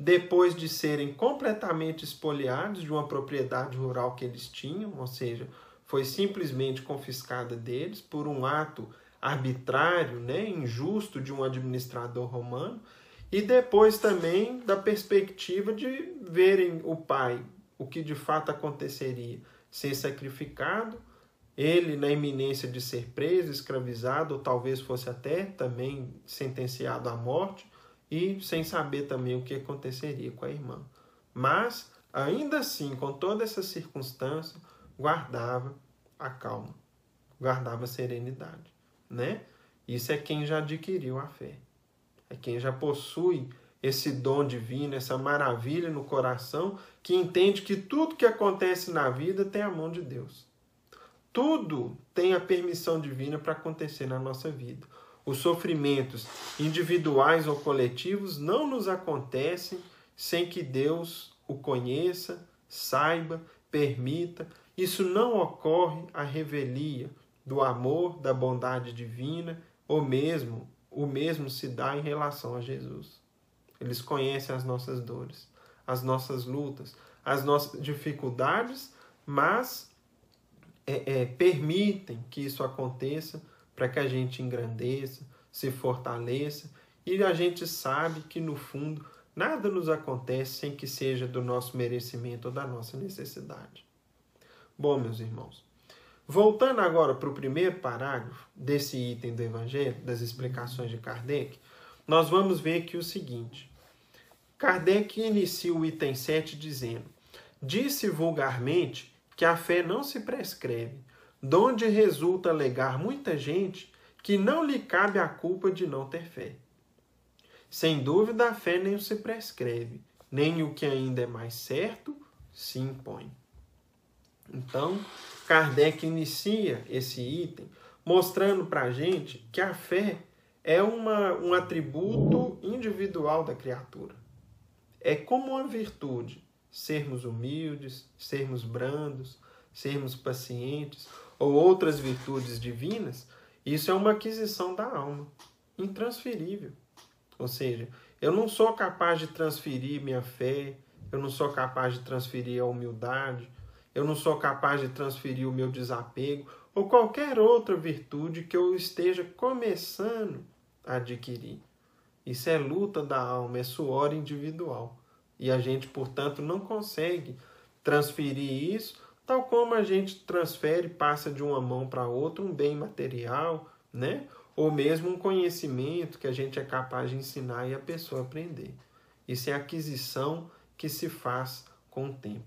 Speaker 2: depois de serem completamente expoliados de uma propriedade rural que eles tinham, ou seja, foi simplesmente confiscada deles por um ato arbitrário, né, injusto de um administrador romano, e depois também da perspectiva de verem o pai, o que de fato aconteceria, ser sacrificado, ele na iminência de ser preso, escravizado, ou talvez fosse até também sentenciado à morte, e sem saber também o que aconteceria com a irmã. Mas, ainda assim, com toda essa circunstância, guardava a calma, guardava a serenidade, né? Isso é quem já adquiriu a fé. É quem já possui esse dom divino, essa maravilha no coração, que entende que tudo que acontece na vida tem a mão de Deus. Tudo tem a permissão divina para acontecer na nossa vida. Os sofrimentos individuais ou coletivos não nos acontecem sem que Deus o conheça, saiba, permita. Isso não ocorre à revelia do amor, da bondade divina, ou mesmo, o mesmo se dá em relação a Jesus. Eles conhecem as nossas dores, as nossas lutas, as nossas dificuldades, mas permitem que isso aconteça para que a gente engrandeça, se fortaleça, e a gente sabe que, no fundo, nada nos acontece sem que seja do nosso merecimento ou da nossa necessidade. Bom, meus irmãos, voltando agora para o primeiro parágrafo desse item do Evangelho, das explicações de Kardec, nós vamos ver aqui o seguinte. Kardec inicia o item 7 dizendo: disse vulgarmente que a fé não se prescreve, donde resulta alegar muita gente que não lhe cabe a culpa de não ter fé. Sem dúvida, a fé nem se prescreve, nem o que ainda é mais certo se impõe. Então, Kardec inicia esse item mostrando para a gente que a fé é um atributo individual da criatura. É como uma virtude sermos humildes, sermos brandos, sermos pacientes, ou outras virtudes divinas. Isso é uma aquisição da alma, intransferível. Ou seja, eu não sou capaz de transferir minha fé, eu não sou capaz de transferir a humildade, eu não sou capaz de transferir o meu desapego, ou qualquer outra virtude que eu esteja começando a adquirir. Isso é luta da alma, é suor individual. E a gente, portanto, não consegue transferir isso, tal como a gente transfere, passa de uma mão para outra, um bem material, né? Ou mesmo um conhecimento que a gente é capaz de ensinar e a pessoa aprender. Isso é aquisição que se faz com o tempo.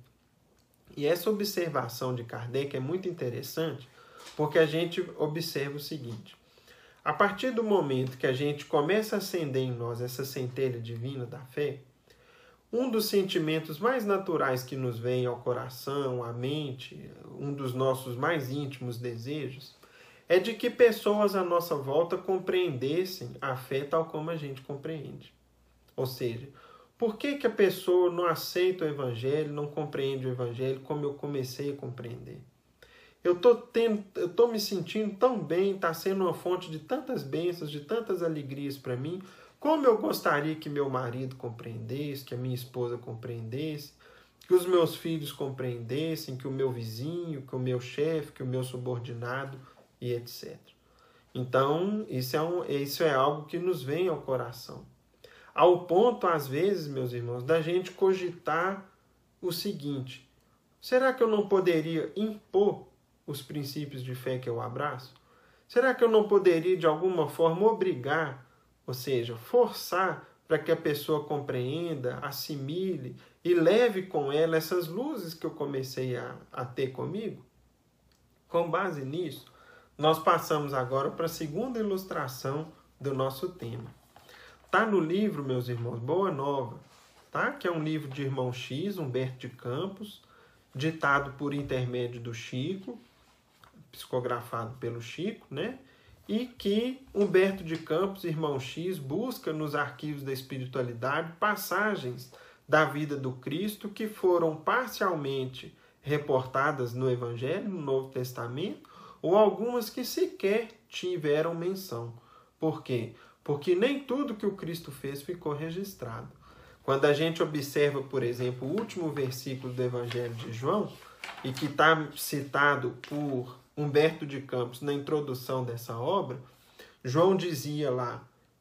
Speaker 2: E essa observação de Kardec é muito interessante, porque a gente observa o seguinte: a partir do momento que a gente começa a acender em nós essa centelha divina da fé, um dos sentimentos mais naturais que nos vem ao coração, à mente, um dos nossos mais íntimos desejos, é de que pessoas à nossa volta compreendessem a fé tal como a gente compreende. Ou seja, por que a pessoa não aceita o Evangelho, não compreende o Evangelho como eu comecei a compreender? Eu estou me sentindo tão bem, está sendo uma fonte de tantas bênçãos, de tantas alegrias para mim. Como eu gostaria que meu marido compreendesse, que a minha esposa compreendesse, que os meus filhos compreendessem, que o meu vizinho, que o meu chefe, que o meu subordinado e etc. Então, isso é algo que nos vem ao coração. Ao ponto, às vezes, meus irmãos, da gente cogitar o seguinte: será que eu não poderia impor os princípios de fé que eu abraço? Será que eu não poderia, de alguma forma, obrigar, ou seja, forçar para que a pessoa compreenda, assimile e leve com ela essas luzes que eu comecei a ter comigo? Com base nisso, nós passamos agora para a segunda ilustração do nosso tema. Está no livro, meus irmãos, Boa Nova, tá? Que é um livro de irmão X, Humberto de Campos, ditado por intermédio do Chico, psicografado pelo Chico, né? E que Humberto de Campos, irmão X, busca nos arquivos da espiritualidade passagens da vida do Cristo que foram parcialmente reportadas no Evangelho, no Novo Testamento, ou algumas que sequer tiveram menção. Por quê? Porque nem tudo que o Cristo fez ficou registrado. Quando a gente observa, por exemplo, o último versículo do Evangelho de João, e que está citado por Humberto de Campos na introdução dessa obra, João dizia lá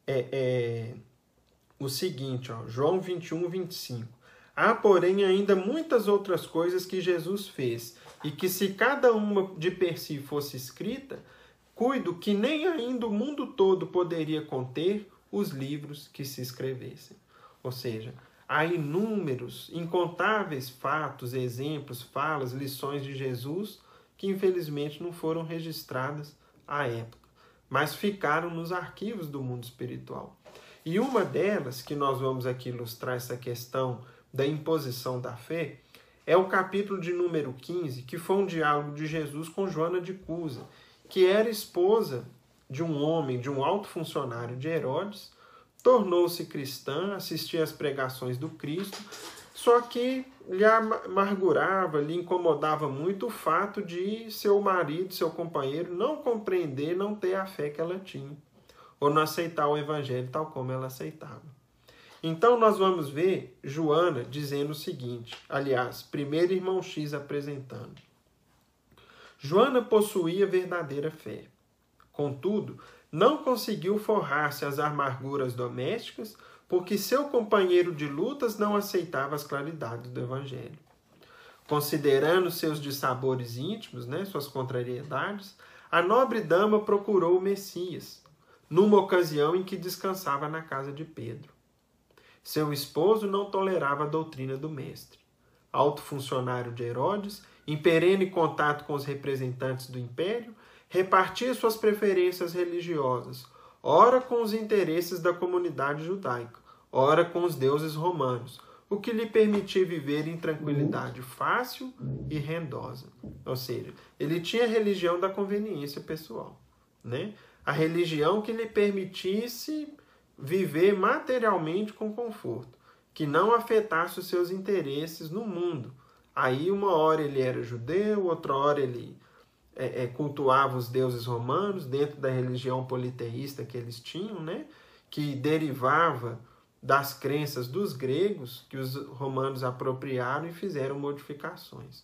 Speaker 2: o seguinte, João 21, 25. Há, porém, ainda muitas outras coisas que Jesus fez, e que se cada uma de per si fosse escrita, cuido que nem ainda o mundo todo poderia conter os livros que se escrevessem. Ou seja, há inúmeros, incontáveis fatos, exemplos, falas, lições de Jesus que infelizmente não foram registradas à época, mas ficaram nos arquivos do mundo espiritual. E uma delas, que nós vamos aqui ilustrar essa questão da imposição da fé, é o capítulo de número 15, que foi um diálogo de Jesus com Joana de Cusa, que era esposa de um homem, de um alto funcionário de Herodes, tornou-se cristã, assistia às pregações do Cristo, só que lhe amargurava, lhe incomodava muito o fato de seu marido, seu companheiro, não compreender, não ter a fé que ela tinha, ou não aceitar o evangelho tal como ela aceitava. Então nós vamos ver Joana dizendo o seguinte, aliás, primeiro irmão X apresentando. Joana possuía verdadeira fé. Contudo, não conseguiu forrar-se às amarguras domésticas, porque seu companheiro de lutas não aceitava as claridades do Evangelho. Considerando seus dissabores íntimos, suas contrariedades, a nobre dama procurou o Messias, numa ocasião em que descansava na casa de Pedro. Seu esposo não tolerava a doutrina do mestre. Alto funcionário de Herodes, em perene contato com os representantes do império, repartia suas preferências religiosas, ora com os interesses da comunidade judaica, ora com os deuses romanos, o que lhe permitia viver em tranquilidade fácil e rendosa. Ou seja, ele tinha a religião da conveniência pessoal, A religião que lhe permitisse viver materialmente com conforto, que não afetasse os seus interesses no mundo. Aí uma hora ele era judeu, outra hora ele cultuava os deuses romanos dentro da religião politeísta que eles tinham, que derivava das crenças dos gregos, que os romanos apropriaram e fizeram modificações.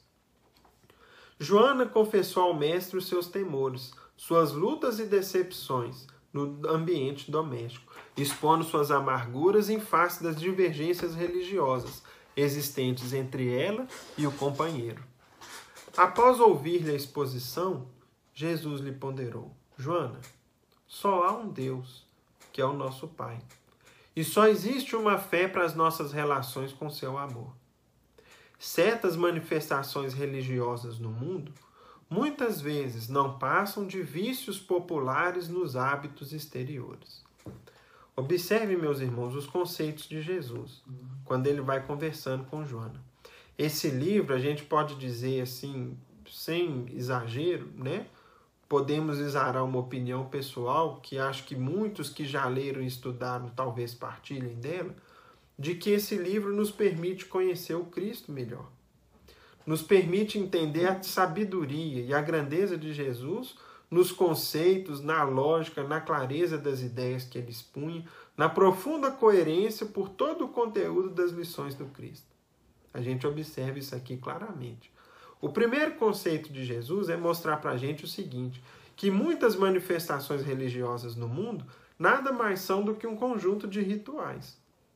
Speaker 2: Joana confessou ao mestre os seus temores, suas lutas e decepções no ambiente doméstico, expondo suas amarguras em face das divergências religiosas existentes entre ela e o companheiro. Após ouvir-lhe a exposição, Jesus lhe ponderou: Joana, só há um Deus, que é o nosso Pai, e só existe uma fé para as nossas relações com seu amor. Certas manifestações religiosas no mundo muitas vezes não passam de vícios populares nos hábitos exteriores. Observe, meus irmãos, os conceitos de Jesus, quando ele vai conversando com Joana. Esse livro, a gente pode dizer assim, sem exagero, Podemos exarar uma opinião pessoal, que acho que muitos que já leram e estudaram talvez partilhem dela, de que esse livro nos permite conhecer o Cristo melhor. Nos permite entender a sabedoria e a grandeza de Jesus nos conceitos, na lógica, na clareza das ideias que ele expunha, na profunda coerência por todo o conteúdo das lições do Cristo. A gente observa isso aqui claramente. O primeiro conceito de Jesus é mostrar para a gente o seguinte, que muitas manifestações religiosas no mundo nada mais são do que um conjunto de rituais,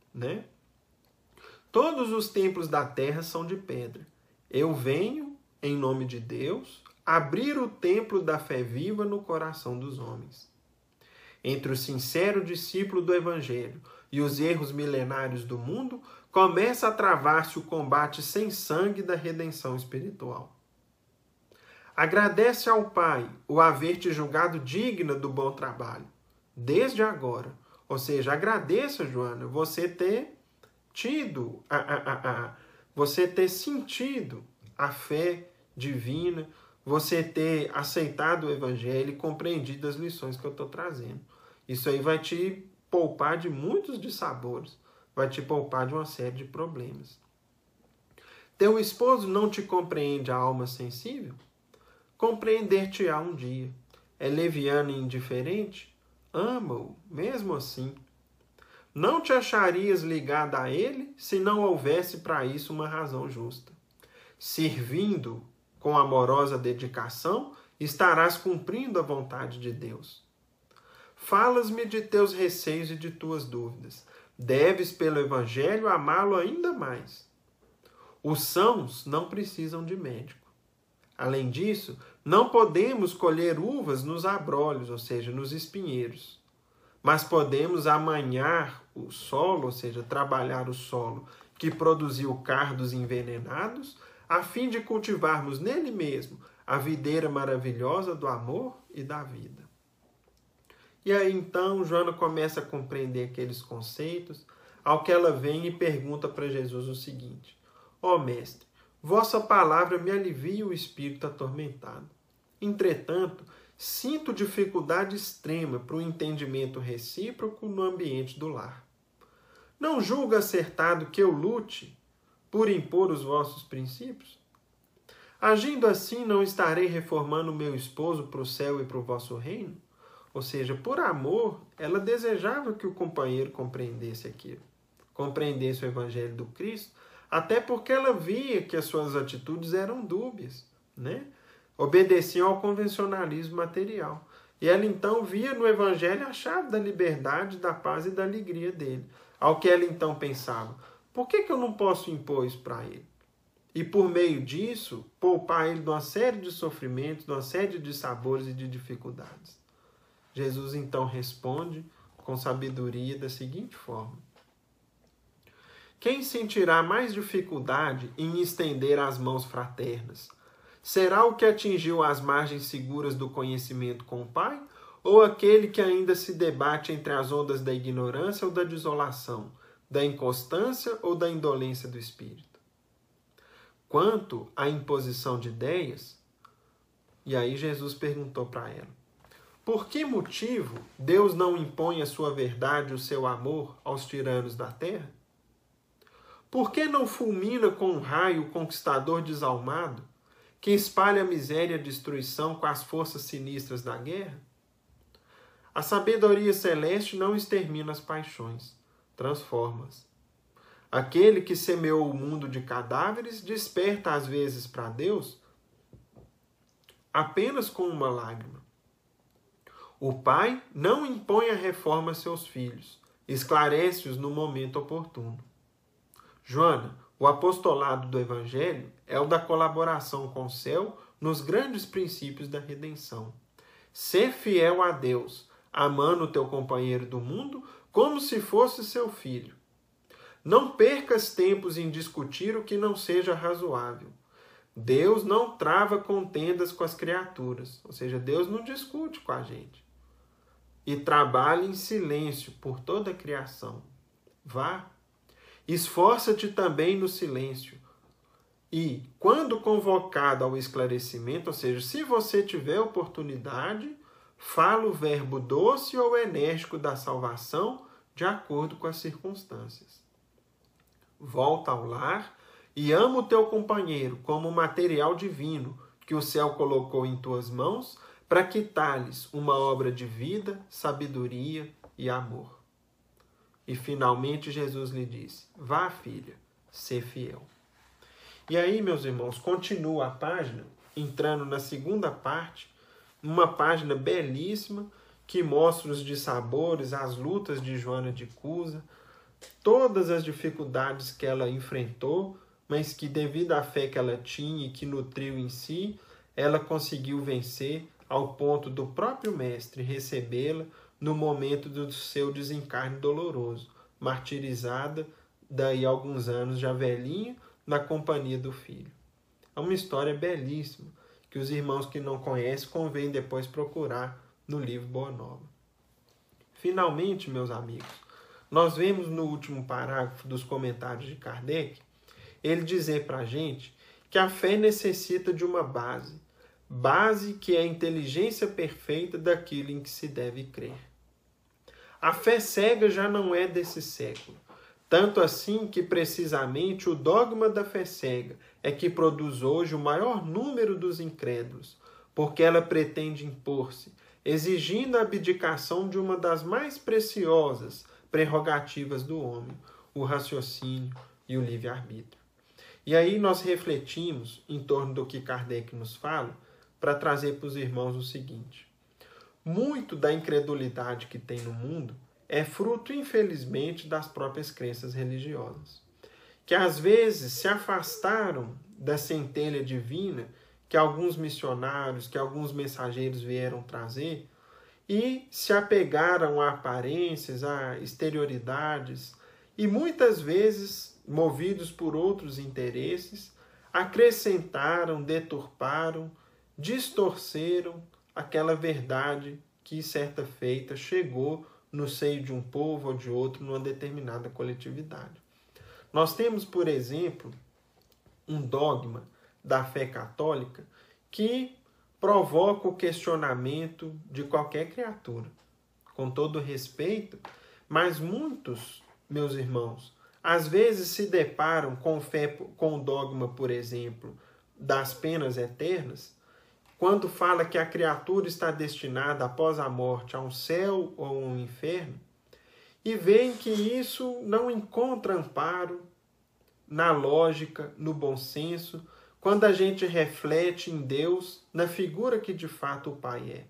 Speaker 2: Todos os templos da terra são de pedra. Eu venho, em nome de Deus, abrir o templo da fé viva no coração dos homens. Entre o sincero discípulo do Evangelho e os erros milenários do mundo, começa a travar-se o combate sem sangue da redenção espiritual. Agradece ao Pai o haver te julgado digna do bom trabalho, desde agora. Ou seja, agradeça, Joana, você ter tido, você ter sentido a fé divina, você ter aceitado o Evangelho e compreendido as lições que eu estou trazendo. Isso aí vai te poupar de muitos dissabores, vai te poupar de uma série de problemas. Teu esposo não te compreende a alma sensível? Compreender-te-á um dia. É leviano e indiferente? Ama-o, mesmo assim. não te acharias ligada a ele se não houvesse para isso uma razão justa. Servindo com amorosa dedicação, estarás cumprindo a vontade de Deus. Falas-me de teus receios e de tuas dúvidas. Deves, pelo Evangelho, amá-lo ainda mais. Os sãos não precisam de médico. Além disso, não podemos colher uvas nos abrolhos, ou seja, nos espinheiros. Mas podemos amanhar o solo, ou seja, trabalhar o solo que produziu cardos envenenados, a fim de cultivarmos nele mesmo a videira maravilhosa do amor e da vida. E aí então Joana começa a compreender aqueles conceitos, ao que ela vem e pergunta para Jesus o seguinte: ó mestre, vossa palavra me alivia o espírito atormentado. Entretanto, sinto dificuldade extrema para o entendimento recíproco no ambiente do lar. Não julga acertado que eu lute por impor os vossos princípios? Agindo assim, não estarei reformando meu esposo para o céu e para o vosso reino? Ou seja, por amor, ela desejava que o companheiro compreendesse aquilo, compreendesse o Evangelho do Cristo, até porque ela via que as suas atitudes eram dúbias, né? Obedeciam ao convencionalismo material. E ela então via no Evangelho a chave da liberdade, da paz e da alegria dele. Ao que ela então pensava: por que eu não posso impor isso para ele? E por meio disso, poupar ele de uma série de sofrimentos, de uma série de sabores e de dificuldades. Jesus então responde com sabedoria da seguinte forma: quem sentirá mais dificuldade em estender as mãos fraternas? Será o que atingiu as margens seguras do conhecimento com o Pai? Ou aquele que ainda se debate entre as ondas da ignorância ou da desolação, da inconstância ou da indolência do espírito? Quanto à imposição de ideias, e aí Jesus perguntou para ela: por que motivo Deus não impõe a sua verdade e o seu amor aos tiranos da terra? Por que não fulmina com um raio o conquistador desalmado, que espalha a miséria e a destruição com as forças sinistras da guerra? A sabedoria celeste não extermina as paixões, transforma-as. Aquele que semeou o mundo de cadáveres desperta às vezes para Deus apenas com uma lágrima. O pai não impõe a reforma a seus filhos, esclarece-os no momento oportuno. Joana, o apostolado do Evangelho é o da colaboração com o céu nos grandes princípios da redenção. Ser fiel a Deus, amando o teu companheiro do mundo como se fosse seu filho. Não percas tempos em discutir o que não seja razoável. Deus não trava contendas com as criaturas, ou seja, Deus não discute com a gente. E trabalhe em silêncio por toda a criação. Vá. Esforça-te também no silêncio. E, quando convocado ao esclarecimento, ou seja, se você tiver oportunidade, fala o verbo doce ou enérgico da salvação de acordo com as circunstâncias. Volta ao lar e ama o teu companheiro como material divino que o céu colocou em tuas mãos para que tales uma obra de vida, sabedoria e amor. E finalmente Jesus lhe disse: vá, filha, sê fiel. E aí, meus irmãos, continua a página, entrando na segunda parte, uma página belíssima que mostra os dissabores, as lutas de Joana de Cusa, todas as dificuldades que ela enfrentou, mas que devido à fé que ela tinha e que nutriu em si, ela conseguiu vencer ao ponto do próprio Mestre recebê-la no momento do seu desencarne doloroso, martirizada daí a alguns anos já velhinha, na companhia do filho. É uma história belíssima, que os irmãos que não conhecem convém depois procurar no livro Boa Nova. Finalmente, meus amigos, nós vemos no último parágrafo dos comentários de Kardec, ele dizer para a gente que a fé necessita de uma base que é a inteligência perfeita daquilo em que se deve crer. A fé cega já não é desse século, tanto assim que precisamente o dogma da fé cega é que produz hoje o maior número dos incrédulos, porque ela pretende impor-se, exigindo a abdicação de uma das mais preciosas prerrogativas do homem, o raciocínio e o livre-arbítrio. E aí nós refletimos em torno do que Kardec nos fala para trazer para os irmãos o seguinte: muito da incredulidade que tem no mundo é fruto, infelizmente, das próprias crenças religiosas, que às vezes se afastaram da centelha divina que alguns missionários, que alguns mensageiros vieram trazer, e se apegaram a aparências, a exterioridades, e muitas vezes, movidos por outros interesses, acrescentaram, deturparam, distorceram aquela verdade que, certa feita, chegou no seio de um povo ou de outro, numa determinada coletividade. Nós temos, por exemplo, um dogma da fé católica que provoca o questionamento de qualquer criatura, com todo respeito, mas muitos, meus irmãos, às vezes se deparam com o dogma, por exemplo, das penas eternas, quando fala que a criatura está destinada após a morte a um céu ou a um inferno, e veem que isso não encontra amparo na lógica, no bom senso, quando a gente reflete em Deus, na figura que de fato o Pai é.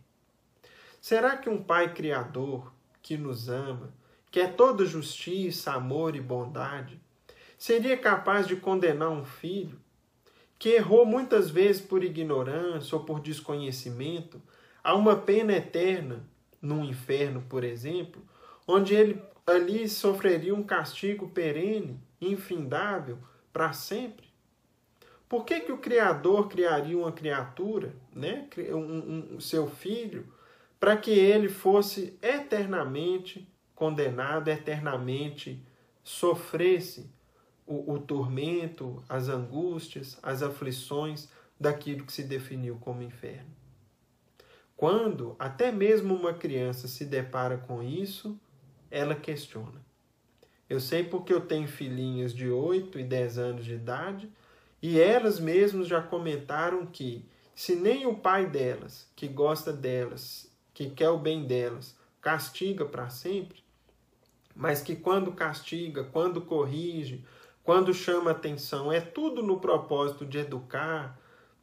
Speaker 2: Será que um Pai criador, que nos ama, que é toda justiça, amor e bondade, seria capaz de condenar um filho que errou muitas vezes por ignorância ou por desconhecimento a uma pena eterna num inferno, por exemplo, onde ele ali sofreria um castigo perene, infindável, para sempre? Por que o Criador criaria uma criatura, né? Seu filho, para que ele fosse eternamente condenado, eternamente sofresse o tormento, as angústias, as aflições daquilo que se definiu como inferno? Quando até mesmo uma criança se depara com isso, ela questiona. Eu sei porque eu tenho filhinhas de 8 e 10 anos de idade, e elas mesmas já comentaram que, se nem o pai delas, que gosta delas, que quer o bem delas, castiga para sempre, mas que quando castiga, quando corrige, quando chama atenção, é tudo no propósito de educar,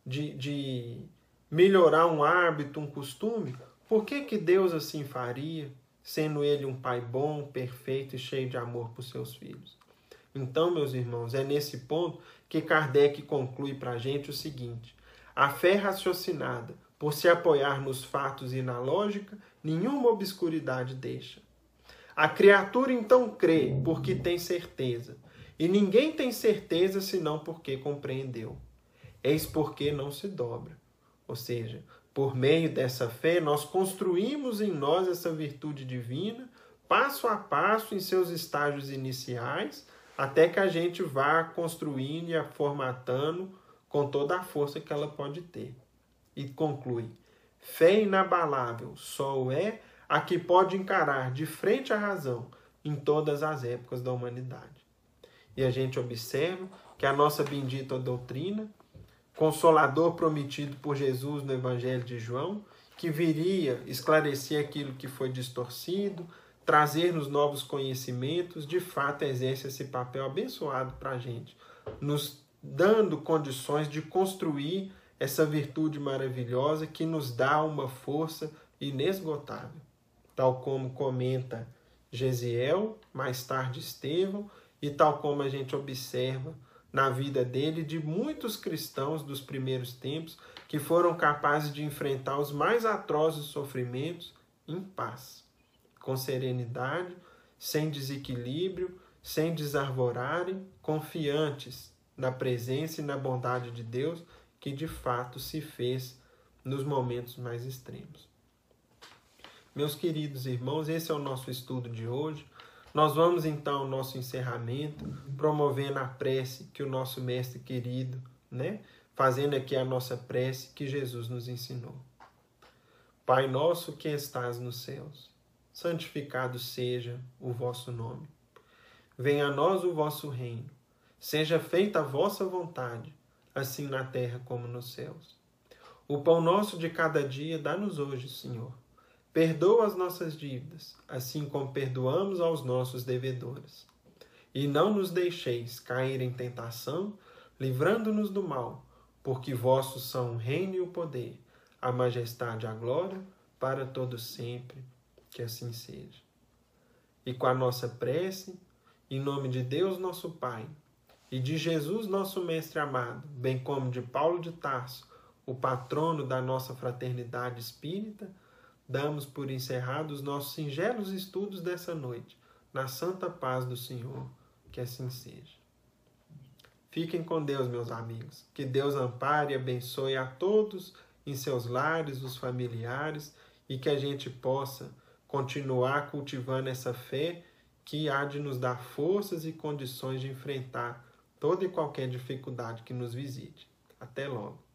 Speaker 2: de melhorar um hábito, um costume, por que Deus assim faria, sendo Ele um Pai bom, perfeito e cheio de amor por seus filhos? Então, meus irmãos, é nesse ponto que Kardec conclui para a gente o seguinte: a fé raciocinada, por se apoiar nos fatos e na lógica, nenhuma obscuridade deixa. A criatura então crê porque tem certeza, e ninguém tem certeza senão porque compreendeu. Eis porque não se dobra. Ou seja, por meio dessa fé, nós construímos em nós essa virtude divina, passo a passo em seus estágios iniciais, até que a gente vá construindo e a formatando com toda a força que ela pode ter. E conclui: fé inabalável só o é a que pode encarar de frente à razão em todas as épocas da humanidade. E a gente observa que a nossa bendita doutrina, consolador prometido por Jesus no Evangelho de João, que viria esclarecer aquilo que foi distorcido, trazer-nos novos conhecimentos, de fato exerce esse papel abençoado para a gente, nos dando condições de construir essa virtude maravilhosa que nos dá uma força inesgotável. Tal como comenta Gesiel, mais tarde Estevão, e tal como a gente observa na vida dele de muitos cristãos dos primeiros tempos que foram capazes de enfrentar os mais atrozes sofrimentos em paz, com serenidade, sem desequilíbrio, sem desarvorarem, confiantes na presença e na bondade de Deus que de fato se fez nos momentos mais extremos. Meus queridos irmãos, esse é o nosso estudo de hoje. Nós vamos então ao nosso encerramento, promovendo a prece que o nosso mestre querido, fazendo aqui a nossa prece que Jesus nos ensinou. Pai nosso que estás nos céus, santificado seja o vosso nome. Venha a nós o vosso reino. Seja feita a vossa vontade, assim na terra como nos céus. O pão nosso de cada dia dá-nos hoje, Senhor. Perdoa as nossas dívidas, assim como perdoamos aos nossos devedores. E não nos deixeis cair em tentação, livrando-nos do mal, porque vossos são o reino e o poder, a majestade e a glória, para todos sempre. Que assim seja. E com a nossa prece, em nome de Deus nosso Pai, e de Jesus nosso Mestre amado, bem como de Paulo de Tarso, o patrono da nossa fraternidade espírita, damos por encerrados os nossos singelos estudos dessa noite, na santa paz do Senhor. Que assim seja. Fiquem com Deus, meus amigos. Que Deus ampare e abençoe a todos em seus lares, os familiares, e que a gente possa continuar cultivando essa fé que há de nos dar forças e condições de enfrentar toda e qualquer dificuldade que nos visite. Até logo.